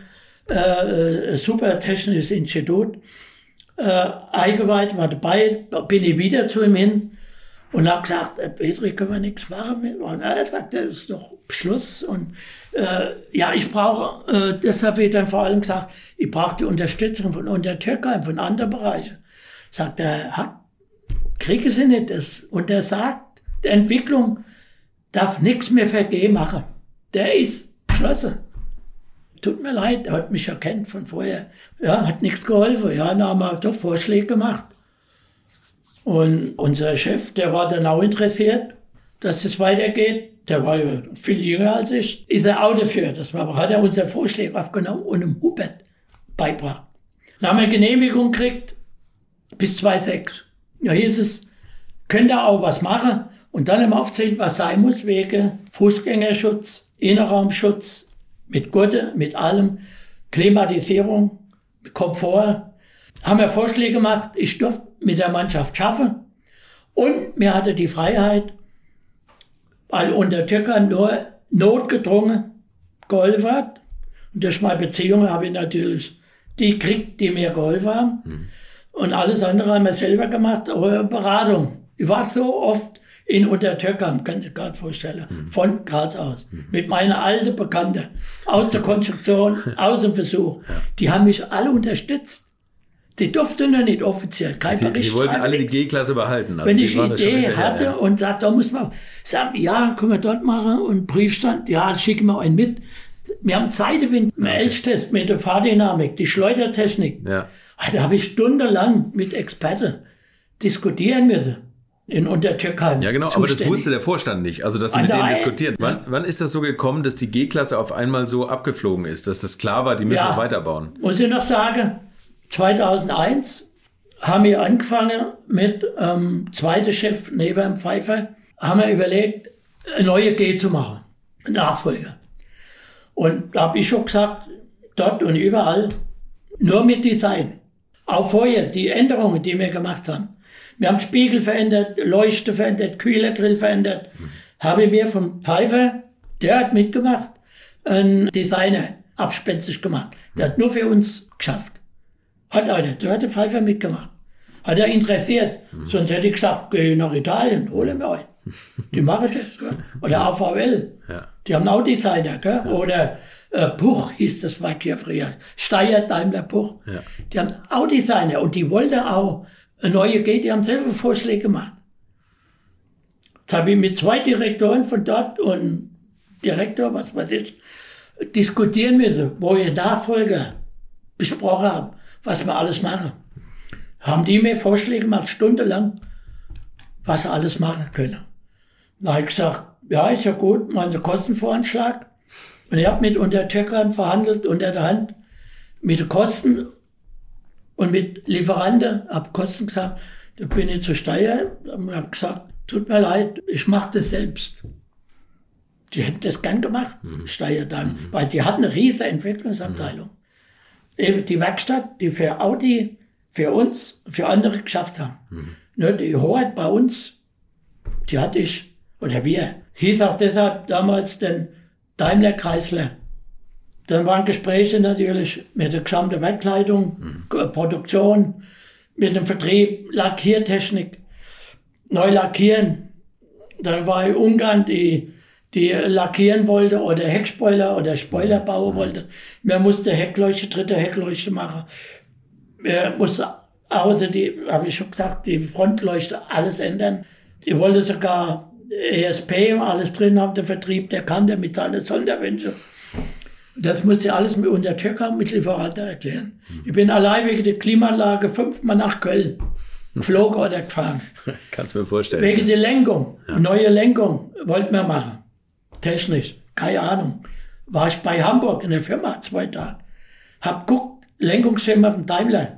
äh, super technisches Institut, äh, eingeweiht, war dabei, da bin ich wieder zu ihm hin und habe gesagt, äh, Petri, können wir nichts machen mit? Und er sagte, das ist doch Schluss. Und äh, ja, ich brauche, äh, deshalb wird dann vor allem gesagt, ich brauche die Unterstützung von Untertürkheim, von anderen Bereichen. Sagt er, hat kriege sie nicht. Das. Und er sagt, die Entwicklung darf nichts mehr für G machen. Der ist beschlossen. Tut mir leid, er hat mich erkannt von vorher. Ja, hat nichts geholfen. Ja, dann haben wir doch Vorschläge gemacht. Und unser Chef, der war dann auch interessiert, dass es weitergeht. Der war ja viel jünger als ich. Ist er auch dafür. Das war, hat er unsere Vorschläge aufgenommen und dem Hubert beibracht. Dann haben wir Genehmigung gekriegt bis zweitausendsechs. Ja, hieß es, könnt ihr auch was machen. Und dann haben wir aufgezählt, was sein muss, wegen Fußgängerschutz, Innenraumschutz, mit Gurte, mit allem, Klimatisierung, Komfort. Haben wir Vorschläge gemacht, ich durfte mit der Mannschaft schaffen. Und mir hatte die Freiheit, weil unter Türkern nur notgedrungen geholfen hat. Und durch meine Beziehungen habe ich natürlich die gekriegt, die mir geholfen haben. Mhm. Und alles andere haben wir selber gemacht, aber Beratung. Ich war so oft in Untertürkheim, kann sich gerade vorstellen, mhm. von Graz aus. Mhm. Mit meiner alten Bekannte aus der Konstruktion, aus dem Versuch. Ja. Die haben mich alle unterstützt. Die durften noch nicht offiziell, kein die, Bericht. Die wollten alle nichts. Die G-Klasse behalten. Also wenn ich eine Idee hatte ja. und sagte, da muss man sagen, ja, können wir dort machen und Briefstand, ja, schicken wir einen mit. Wir haben Seitenwind, einen okay. Elchtest mit der Fahrdynamik, die Schleudertechnik. Ja. Da habe ich stundenlang mit Experten diskutieren müssen. In Untertürkheim. Ja, genau, zuständig. Aber das wusste der Vorstand nicht, also dass sie mit denen diskutieren. Wann, wann ist das so gekommen, dass die G-Klasse auf einmal so abgeflogen ist, dass das klar war, die müssen ja, wir weiterbauen? Muss ich noch sagen, zweitausendeins haben wir angefangen mit ähm, zweiter Chef neben dem Pfeiffer, haben wir überlegt, eine neue G zu machen, eine Nachfolger. Und da habe ich schon gesagt, dort und überall, nur mit Design. Auch vorher, die Änderungen, die wir gemacht haben. Wir haben Spiegel verändert, Leuchte verändert, Kühlergrill verändert. Mhm. Habe ich mir vom Pfeiffer, der hat mitgemacht, einen Designer abspenstig gemacht. Der hat nur für uns geschafft. Hat einer, der hat den Pfeiffer mitgemacht. Hat er interessiert. Mhm. Sonst hätte ich gesagt, geh nach Italien, hole mir einen. Die machen das. Gell? Oder A V L. Ja. Die haben auch Designer. Gell? Ja. Oder äh, Puch hieß das bei hier früher. Steyr, Daimler, Puch. Ja. Die haben auch Designer. Und die wollten auch eine neue G, die haben selber Vorschläge gemacht. Jetzt habe ich mit zwei Direktoren von dort und Direktor, was weiß ich, diskutieren müssen, wo ich Nachfolger besprochen habe, was wir alles machen. Haben die mir Vorschläge gemacht, stundenlang, was sie alles machen können. Da habe ich gesagt, ja, ist ja gut, mal einen Kostenvoranschlag. Und ich habe mit Untertürkern verhandelt, unter der Hand, mit den Kosten und mit Lieferanten, habe Kosten gesagt, da bin ich zu Steier und habe gesagt, tut mir leid, ich mache das selbst. Die hätten das gern gemacht, mhm. Steier dann, mhm. weil die hatten eine riesige Entwicklungsabteilung. Mhm. Die Werkstatt, die für Audi, für uns, für andere geschafft haben. Mhm. Nur die Hoheit bei uns, die hatte ich, oder wir, hieß auch deshalb damals den Daimler-Chrysler. Dann waren Gespräche natürlich mit der gesamten Werkleitung, mhm. Produktion, mit dem Vertrieb, Lackiertechnik, neu lackieren. Dann war in Ungarn, die, die lackieren wollte oder Heckspoiler oder Spoiler bauen wollte. Man musste Heckleuchte, dritte Heckleuchte machen. Man musste außer die, habe ich schon gesagt, die Frontleuchte alles ändern. Die wollte sogar E S P und alles drin haben, der Vertrieb, der kam der mit seinen Sonderwünschen. Das musste ich alles mit Untertürker mit Lieferanten erklären. Ich bin allein wegen der Klimaanlage fünfmal nach Köln geflogen oder gefahren. Kannst du mir vorstellen. Wegen der Lenkung. Ja. Neue Lenkung wollten wir machen. Technisch. Keine Ahnung. War ich bei Hamburg in der Firma zwei Tage. Hab guckt, Lenkungsfirma von Daimler.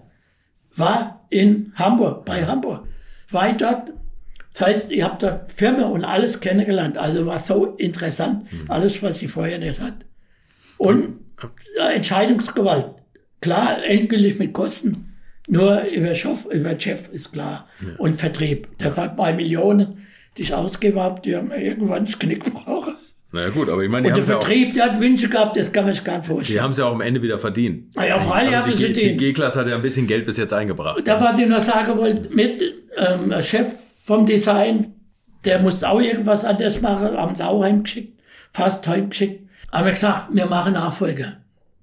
War in Hamburg, bei Hamburg. War ich dort. Das heißt, ich habe dort Firma und alles kennengelernt. Also war so interessant. Mhm. Alles, was ich vorher nicht hatte. Und ja, Entscheidungsgewalt. Klar, endgültig mit Kosten. Nur über Chef, über Chef ist klar. Ja. Und Vertrieb. Deshalb bei Millionen, die ich ausgegeben habe, die haben irgendwann das Knick gebrochen. Na ja, gut, aber ich meine, die und der Vertrieb, der hat Wünsche gehabt, das kann man sich gar nicht vorstellen. Die haben es ja auch am Ende wieder verdient. Ah ja, freilich haben sie verdient. Die G-Klasse hat ja ein bisschen Geld bis jetzt eingebracht. Da was ich noch sagen wollte, mit ähm, Chef vom Design, der musste auch irgendwas anderes machen, haben sie auch heimgeschickt, fast heimgeschickt. Haben wir gesagt, wir machen Nachfolger.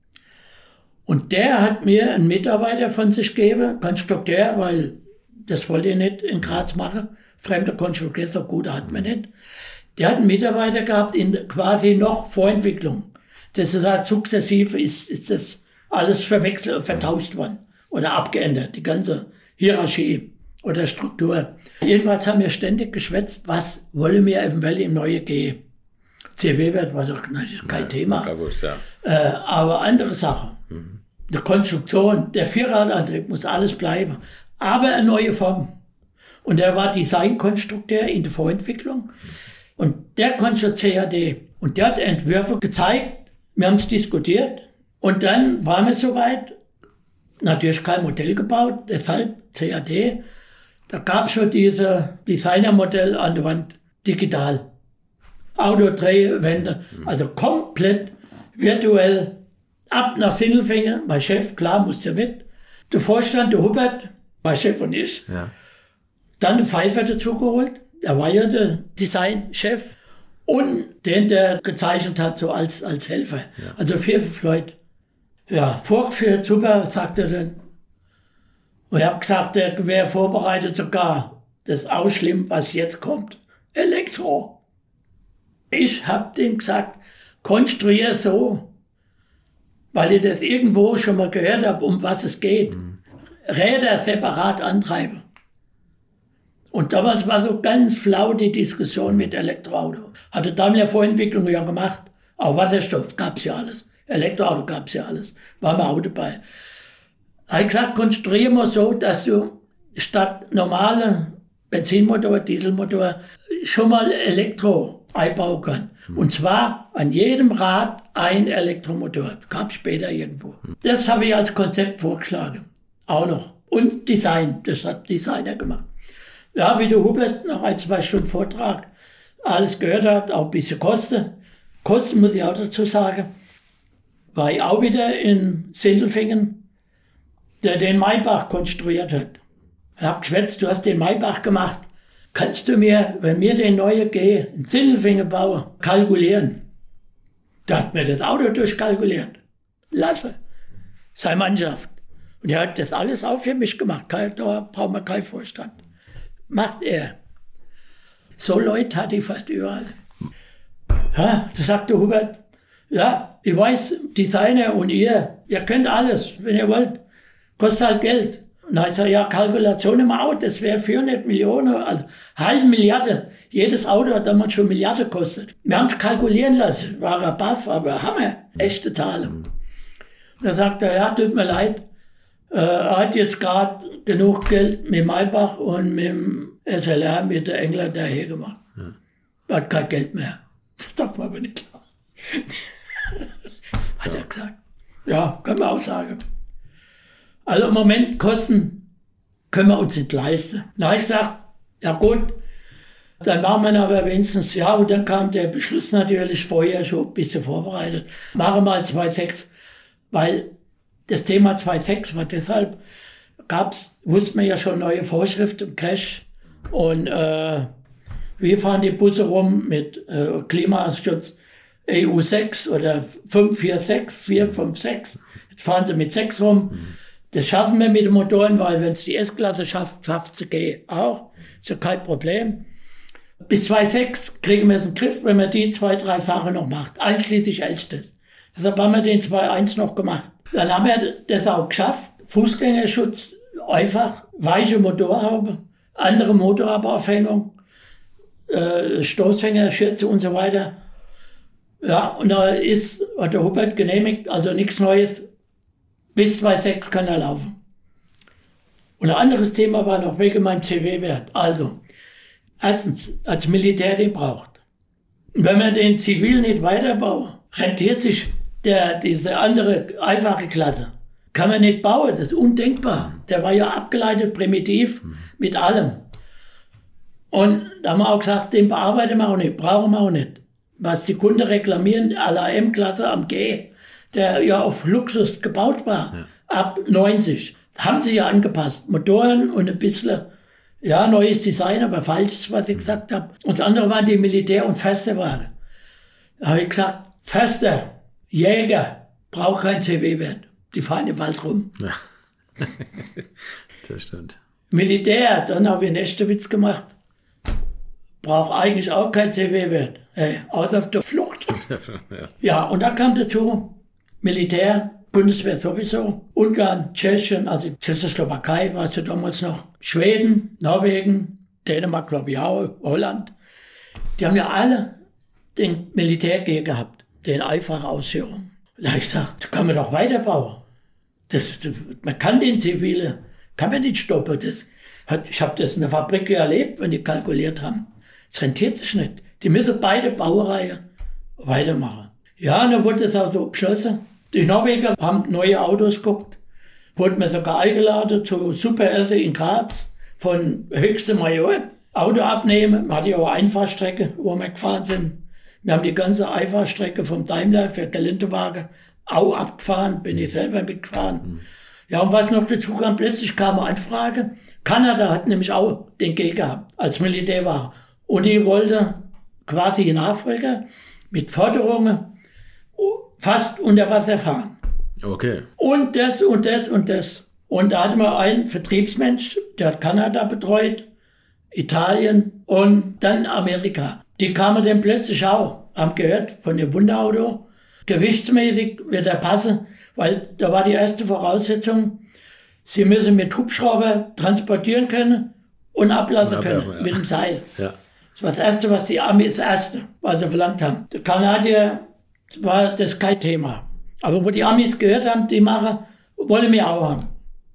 Und der hat mir einen Mitarbeiter von sich gegeben, Konstrukteur, weil das wollte ich nicht in Graz machen. Fremder Konstrukteur, so gut hat man nicht. Der hat einen Mitarbeiter gehabt in quasi noch Vorentwicklung. Das ist halt sukzessive, ist, ist das alles verwechselt, vertauscht worden oder abgeändert, die ganze Hierarchie oder Struktur. Jedenfalls haben wir ständig geschwätzt, was wollen wir eventuell im Neue gehen. C W-Wert war doch nein, kein ja, Thema. Gewusst, ja. äh, aber andere Sachen. Mhm. Die Konstruktion, der Vierradantrieb muss alles bleiben. Aber eine neue Form. Und er war Designkonstrukteur in der Vorentwicklung. Und der konnte schon C A D. Und der hat Entwürfe gezeigt. Wir haben es diskutiert. Und dann waren wir soweit. Natürlich kein Modell gebaut, deshalb C A D. Da gab es schon dieses Designermodell an der Wand, digital. Autodrehwände, also komplett virtuell ab nach Sindelfingen. Mein Chef, klar, musste mit. Der Vorstand, der Hubert, mein Chef und ich. Ja. Dann der Pfeiffer dazugeholt, der war ja der Designchef. Und den, der gezeichnet hat, so als, als Helfer. Ja. Also vier, fünf Leute. Ja, vorgeführt, super, sagt er dann. Und ich habe gesagt, der wäre vorbereitet sogar. Das ist auch schlimm, was jetzt kommt. Elektro. Ich habe dem gesagt, konstruiere so, weil ich das irgendwo schon mal gehört habe, um was es geht. Mhm. Räder separat antreiben. Und damals war so ganz flau die Diskussion mit Elektroauto. Hatte Daimler Vorentwicklung ja gemacht. Auch Wasserstoff gab's ja alles. Elektroauto gab's ja alles. War mir auch dabei. Da habe ich gesagt, konstruiere mal so, dass du statt normale Benzinmotor, Dieselmotor schon mal Elektro einbauen kann. Hm. Und zwar an jedem Rad ein Elektromotor. Gab später irgendwo. Hm. Das habe ich als Konzept vorgeschlagen. Auch noch. Und Design. Das hat Designer gemacht. Ja, wie der Hubert nach ein, zwei Stunden Vortrag alles gehört hat, auch ein bisschen Kosten. Kosten muss ich auch dazu sagen. War ich auch wieder in Sindelfingen, der den Maybach konstruiert hat. Ich hab geschwätzt, du hast den Maybach gemacht. Kannst du mir, wenn wir den neuen G in Sindelfingen bauen, kalkulieren? Da hat mir das Auto durchkalkuliert. Lasse. Seine Mannschaft. Und er hat das alles auch für mich gemacht. Da braucht man keinen Vorstand. Macht er. So Leute hatte ich fast überall. Ja, da sagte Hubert, ja, ich weiß, Designer und ihr, ihr könnt alles, wenn ihr wollt. Kostet halt Geld. Und dann ich sage, ja, Kalkulation im Auto, das wäre vierhundert Millionen, also halbe Milliarde. Jedes Auto hat damals schon Milliarden gekostet. Wir haben es kalkulieren lassen, war ein Baff, aber Hammer, echte Zahlen. Und dann sagt er, ja, tut mir leid, äh, er hat jetzt gerade genug Geld mit Maybach und mit dem S L R, mit der Engländer hergemacht. Ja. Er hat kein Geld mehr. Das darf man aber nicht klar. Hat er gesagt. Ja, können wir auch sagen. Also im Moment Kosten können wir uns nicht leisten. Na, habe ich gesagt, ja gut, dann machen wir aber wenigstens, ja, und dann kam der Beschluss natürlich vorher schon ein bisschen vorbereitet. Machen wir mal zwei Komma sechs, weil das Thema zwei Komma sechs war deshalb, gab's, wusste man ja schon neue Vorschriften im Crash und äh, wir fahren die Busse rum mit äh, Klimaschutz E U sechs oder fünf vier sechs, vier fünf sechs. Jetzt fahren sie mit sechs rum. Das schaffen wir mit den Motoren, weil wenn es die S-Klasse schafft, schafft sie G auch. Ist ja kein Problem. Bis zwei Komma sechs kriegen wir es in den Griff, wenn man die zwei, drei Sachen noch macht, einschließlich Elchtest. Deshalb haben wir den zwei Komma eins noch gemacht. Dann haben wir das auch geschafft. Fußgängerschutz, einfach, weiche Motorhaube, andere Motorhaubeaufhängung, äh, Stoßfängerschürze und so weiter. Ja, und da ist, hat der Hubert genehmigt, also nichts Neues. Bis zwei Komma sechs kann er laufen. Und ein anderes Thema war noch wegen meinem C W-Wert. Also, erstens, als Militär den braucht. Und wenn wir den zivil nicht weiterbauen, rentiert sich der, diese andere einfache Klasse. Kann man nicht bauen, das ist undenkbar. Der war ja abgeleitet, primitiv, mit allem. Und da haben wir auch gesagt, den bearbeiten wir auch nicht, brauchen wir auch nicht. Was die Kunden reklamieren, à la M-Klasse am G, der ja auf Luxus gebaut war, ja. Ab neunzig. Haben sie ja angepasst. Motoren und ein bisschen, ja, neues Design, aber falsches, was ich gesagt habe. Und das andere waren die Militär- und Försterwagen. Da habe ich gesagt, Förster, Jäger, braucht kein C W-Wert. Die fahren im Wald rum. Ja. Das stimmt. Militär, dann habe ich einen echten Witz gemacht. Braucht eigentlich auch kein C W-Wert. Hey, out auf der Flucht. Ja. Ja, und dann kam dazu, Militär, Bundeswehr sowieso, Ungarn, Tschechien, also Tschechoslowakei war es ja damals noch, Schweden, Norwegen, Dänemark, glaube ich auch, Holland. Die haben ja alle den Militär-G gehabt, den einfachen Ausführung. Da habe ich gesagt, das kann man doch weiterbauen. Das, das, man kann den Zivile, kann man nicht stoppen. Das hat, ich habe das in der Fabrik erlebt, wenn die kalkuliert haben. Es rentiert sich nicht. Die müssen beide Baureihen weitermachen. Ja, und dann wurde es auch so beschlossen. Die Norweger haben neue Autos geguckt. Wurden mir sogar eingeladen zu Super Esse in Graz von höchstem Major. Auto abnehmen. Man hatte ja auch eine Einfahrstrecke, wo wir gefahren sind. Wir haben die ganze Einfahrstrecke vom Daimler für Geländewagen auch abgefahren. Bin ich selber mitgefahren. Mhm. Ja, und was noch dazu kam, plötzlich kam eine Anfrage. Kanada hat nämlich auch den G gehabt als Militärware. Und die wollte quasi Nachfolger mit Forderungen fast unter Wasser fahren. Okay. Und das und das und das. Und da hatten wir einen Vertriebsmensch, der hat Kanada betreut, Italien und dann Amerika. Die kamen dann plötzlich auch, haben gehört von dem Wunderauto. Gewichtsmäßig wird er passen, weil da war die erste Voraussetzung, sie müssen mit Hubschrauber transportieren können und ablassen und können, ja. Mit dem Seil. Ja. Das war das Erste, was die Armee, das Erste, was sie verlangt haben. Der Kanadier war das kein Thema. Aber wo die Amis gehört haben, die machen, wollen wir auch haben.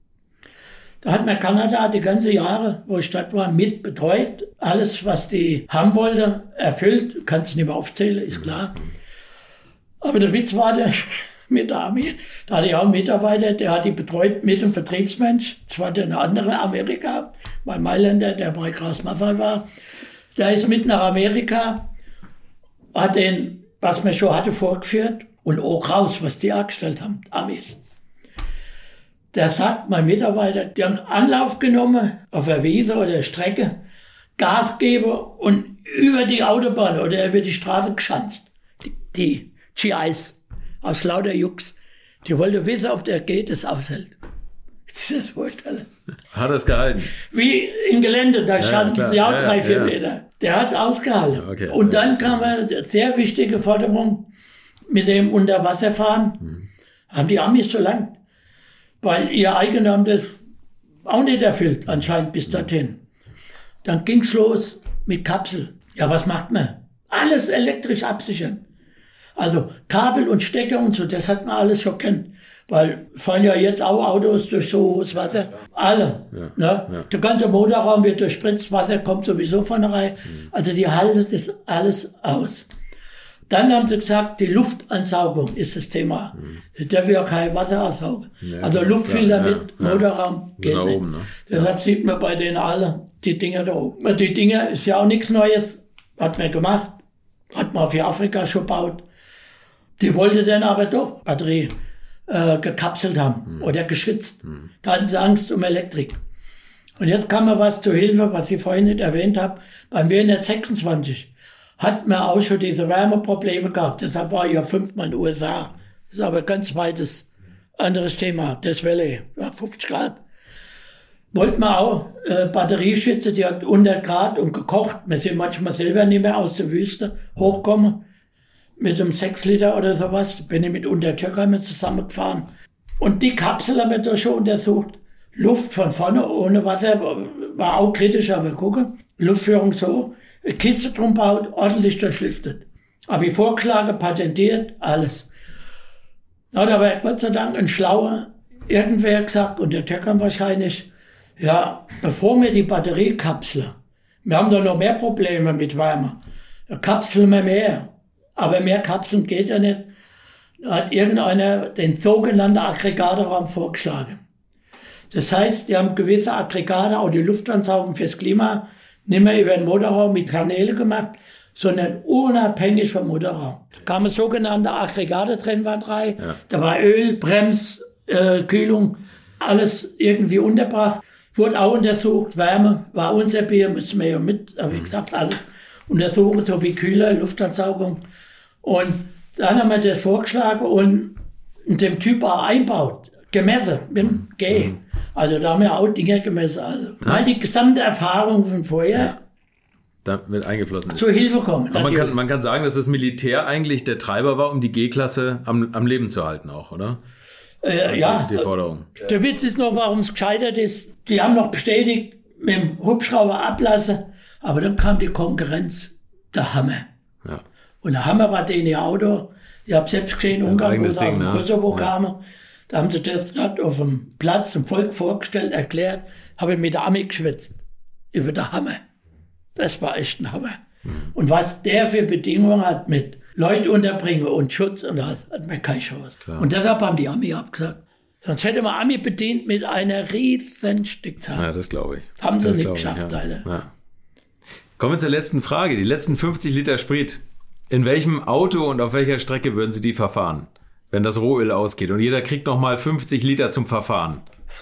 Da hat man Kanada die ganze Jahre, wo ich dort war, mit betreut. Alles, was die haben wollte, erfüllt. Kann es nicht mehr aufzählen, ist klar. Aber der Witz war der mit der Armee. Da hatte ich auch einen Mitarbeiter, der hat die betreut mit dem Vertriebsmensch. Das war dann eine andere Amerika. Mein Mailänder, der bei Kraus Maffei war. Der ist mit nach Amerika, hat den, was man schon hatte, vorgeführt und auch raus, was die angestellt haben, Amis. Der sagt, mein Mitarbeiter, die haben Anlauf genommen auf der Wiese oder der Strecke, Gas geben und über die Autobahn oder über die Straße geschanzt. Die, die G Is aus lauter Jux, die wollten wissen, ob der G das aushält. Das ist das Vorstellen. Hat er es gehalten? Wie im Gelände, da schanzen sie auch drei, vier Meter. Der hat es ausgehalten. Okay, und dann kam eine sehr wichtige Forderung mit dem Unterwasserfahren. Hm. Haben die Amis verlangt. Weil ihr Eigentümer das Auch nicht erfüllt, anscheinend bis dorthin. Dann ging's los mit Kapsel. Ja, was macht man? Alles elektrisch absichern. Also Kabel und Stecker und so, das hat man alles schon kennt. Weil fahren ja jetzt auch Autos durch so hohes Wasser. Alle. Ja, ne? Ja. Der ganze Motorraum wird durchspritzt, Wasser kommt sowieso von rein. Mhm. Also die halten das alles aus. Dann haben sie gesagt, die Luftansaugung ist das Thema. Mhm. Sie dürfen ja kein Wasser aussaugen. Ja, also Luftfilter ja, mit ja, Motorraum ja. geht nicht. Oben, ne? Deshalb ja. sieht man bei denen alle die Dinger da oben. Die Dinger ist ja auch nichts Neues. Hat man gemacht. Hat man für Afrika schon gebaut. Die wollte dann aber doch Batterie äh, gekapselt haben mhm. oder geschützt. Mhm. Da hatten sie Angst um Elektrik. Und jetzt kam mir was zur Hilfe, was ich vorhin nicht erwähnt habe. Beim W N sechsundzwanzig hat man auch schon diese Wärmeprobleme gehabt. Deshalb war ich ja fünfmal in den U S A. Das ist aber ein ganz weites anderes Thema. Das Welle, ja, fünfzig Grad. Wollten wir auch äh, Batterieschütze, die hat hundert Grad und gekocht. Wir sind manchmal selber nicht mehr aus der Wüste hochkommen. Mit einem sechs Liter oder sowas. Bin ich mit Untertürkheimer zusammengefahren. Und die Kapsel haben wir da schon untersucht. Luft von vorne ohne Wasser war auch kritisch, aber gucke. Luftführung so. Eine Kiste drum baut, ordentlich durchlüftet. Habe ich vorgeschlagen, patentiert, alles. Hat aber Gott sei Dank ein Schlauer irgendwer gesagt, und der Türkern wahrscheinlich, ja, bevor wir die Batteriekapsel, wir haben da noch mehr Probleme mit Wärme, kapseln wir mehr, aber mehr Kapseln geht ja nicht, da hat irgendeiner den sogenannten Aggregateraum vorgeschlagen. Das heißt, die haben gewisse Aggregate, auch die Luftansaugung fürs Klima, nicht mehr über den Motorraum mit Kanäle gemacht, sondern unabhängig vom Motorraum. Da kam eine sogenannte Aggregate-Trennwand rein, ja. Da war Öl, Brems, äh, Kühlung, alles irgendwie unterbracht. Wurde auch untersucht, Wärme, war unser Bier, müssen wir ja mit, aber wie gesagt, alles untersuchen, so wie Kühler, Luftansaugung. Und dann haben wir das vorgeschlagen und dem Typ auch einbaut, gemessen, mit dem G. Mhm. Also da haben wir auch Dinge gemessen. Also, ja. Weil die gesamte Erfahrung von vorher ja. da mit eingeflossen ist. Zur Hilfe kommen. Aber man kann, man kann sagen, dass das Militär eigentlich der Treiber war, um die G-Klasse am, am Leben zu halten auch, oder? Äh, ja. Die, die Forderung. Der Witz ist noch, warum es gescheitert ist. Die haben noch bestätigt, mit dem Hubschrauber ablassen, aber dann kam die Konkurrenz, der Hammer. Ja. Und der Hammer war denen ihr Auto. Ich habe selbst gesehen, Ungarn, wo sie aus dem Kosovo ja. kamen. Da haben sie das dort auf dem Platz dem Volk vorgestellt, erklärt, habe ich mit der Ami geschwätzt. Über den Hammer. Das war echt ein Hammer. Mhm. Und was der für Bedingungen hat mit Leute unterbringen und Schutz, und das hat mir keine Chance. Klar. Und deshalb haben die Ami abgesagt. Sonst hätte man Ami bedient mit einer riesen Stückzahl. Ja, das glaube ich. Haben sie das nicht geschafft, ich, ja. leider. Ja. Kommen wir zur letzten Frage. Die letzten fünfzig Liter Sprit. In welchem Auto und auf welcher Strecke würden Sie die verfahren, wenn das Rohöl ausgeht? Und jeder kriegt nochmal fünfzig Liter zum Verfahren.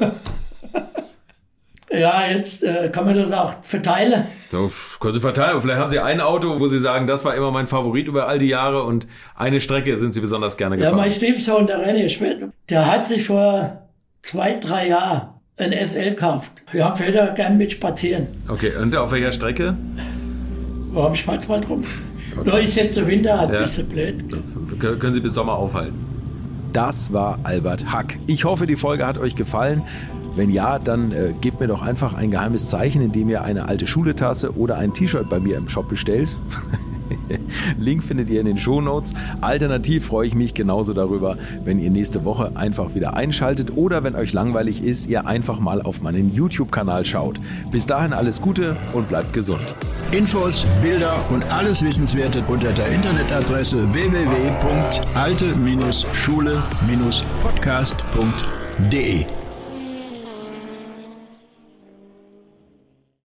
Ja, jetzt äh, kann man das auch verteilen. So, können Sie verteilen. Vielleicht haben Sie ein Auto, wo Sie sagen, das war immer mein Favorit über all die Jahre, und eine Strecke sind Sie besonders gerne gefahren. Ja, mein Stiefsohn, der René Schmidt, der hat sich vor zwei, drei Jahren ein S L gekauft. Ja, fährt er gern mit spazieren. Okay, und auf welcher Strecke? Wo am Schwarzwald rum. Okay. Nur ist jetzt der Winter, halt ein ja. bisschen blöd. So, können Sie bis Sommer aufhalten. Das war Albert Hack. Ich hoffe, die Folge hat euch gefallen. Wenn ja, dann äh, gebt mir doch einfach ein geheimes Zeichen, indem ihr eine alte Schule-Tasse oder ein T-Shirt bei mir im Shop bestellt. Link findet ihr in den Shownotes. Alternativ freue ich mich genauso darüber, wenn ihr nächste Woche einfach wieder einschaltet oder wenn euch langweilig ist, ihr einfach mal auf meinen YouTube-Kanal schaut. Bis dahin alles Gute und bleibt gesund. Infos, Bilder und alles Wissenswerte unter der Internetadresse w w w punkt alte Schule Podcast punkt de.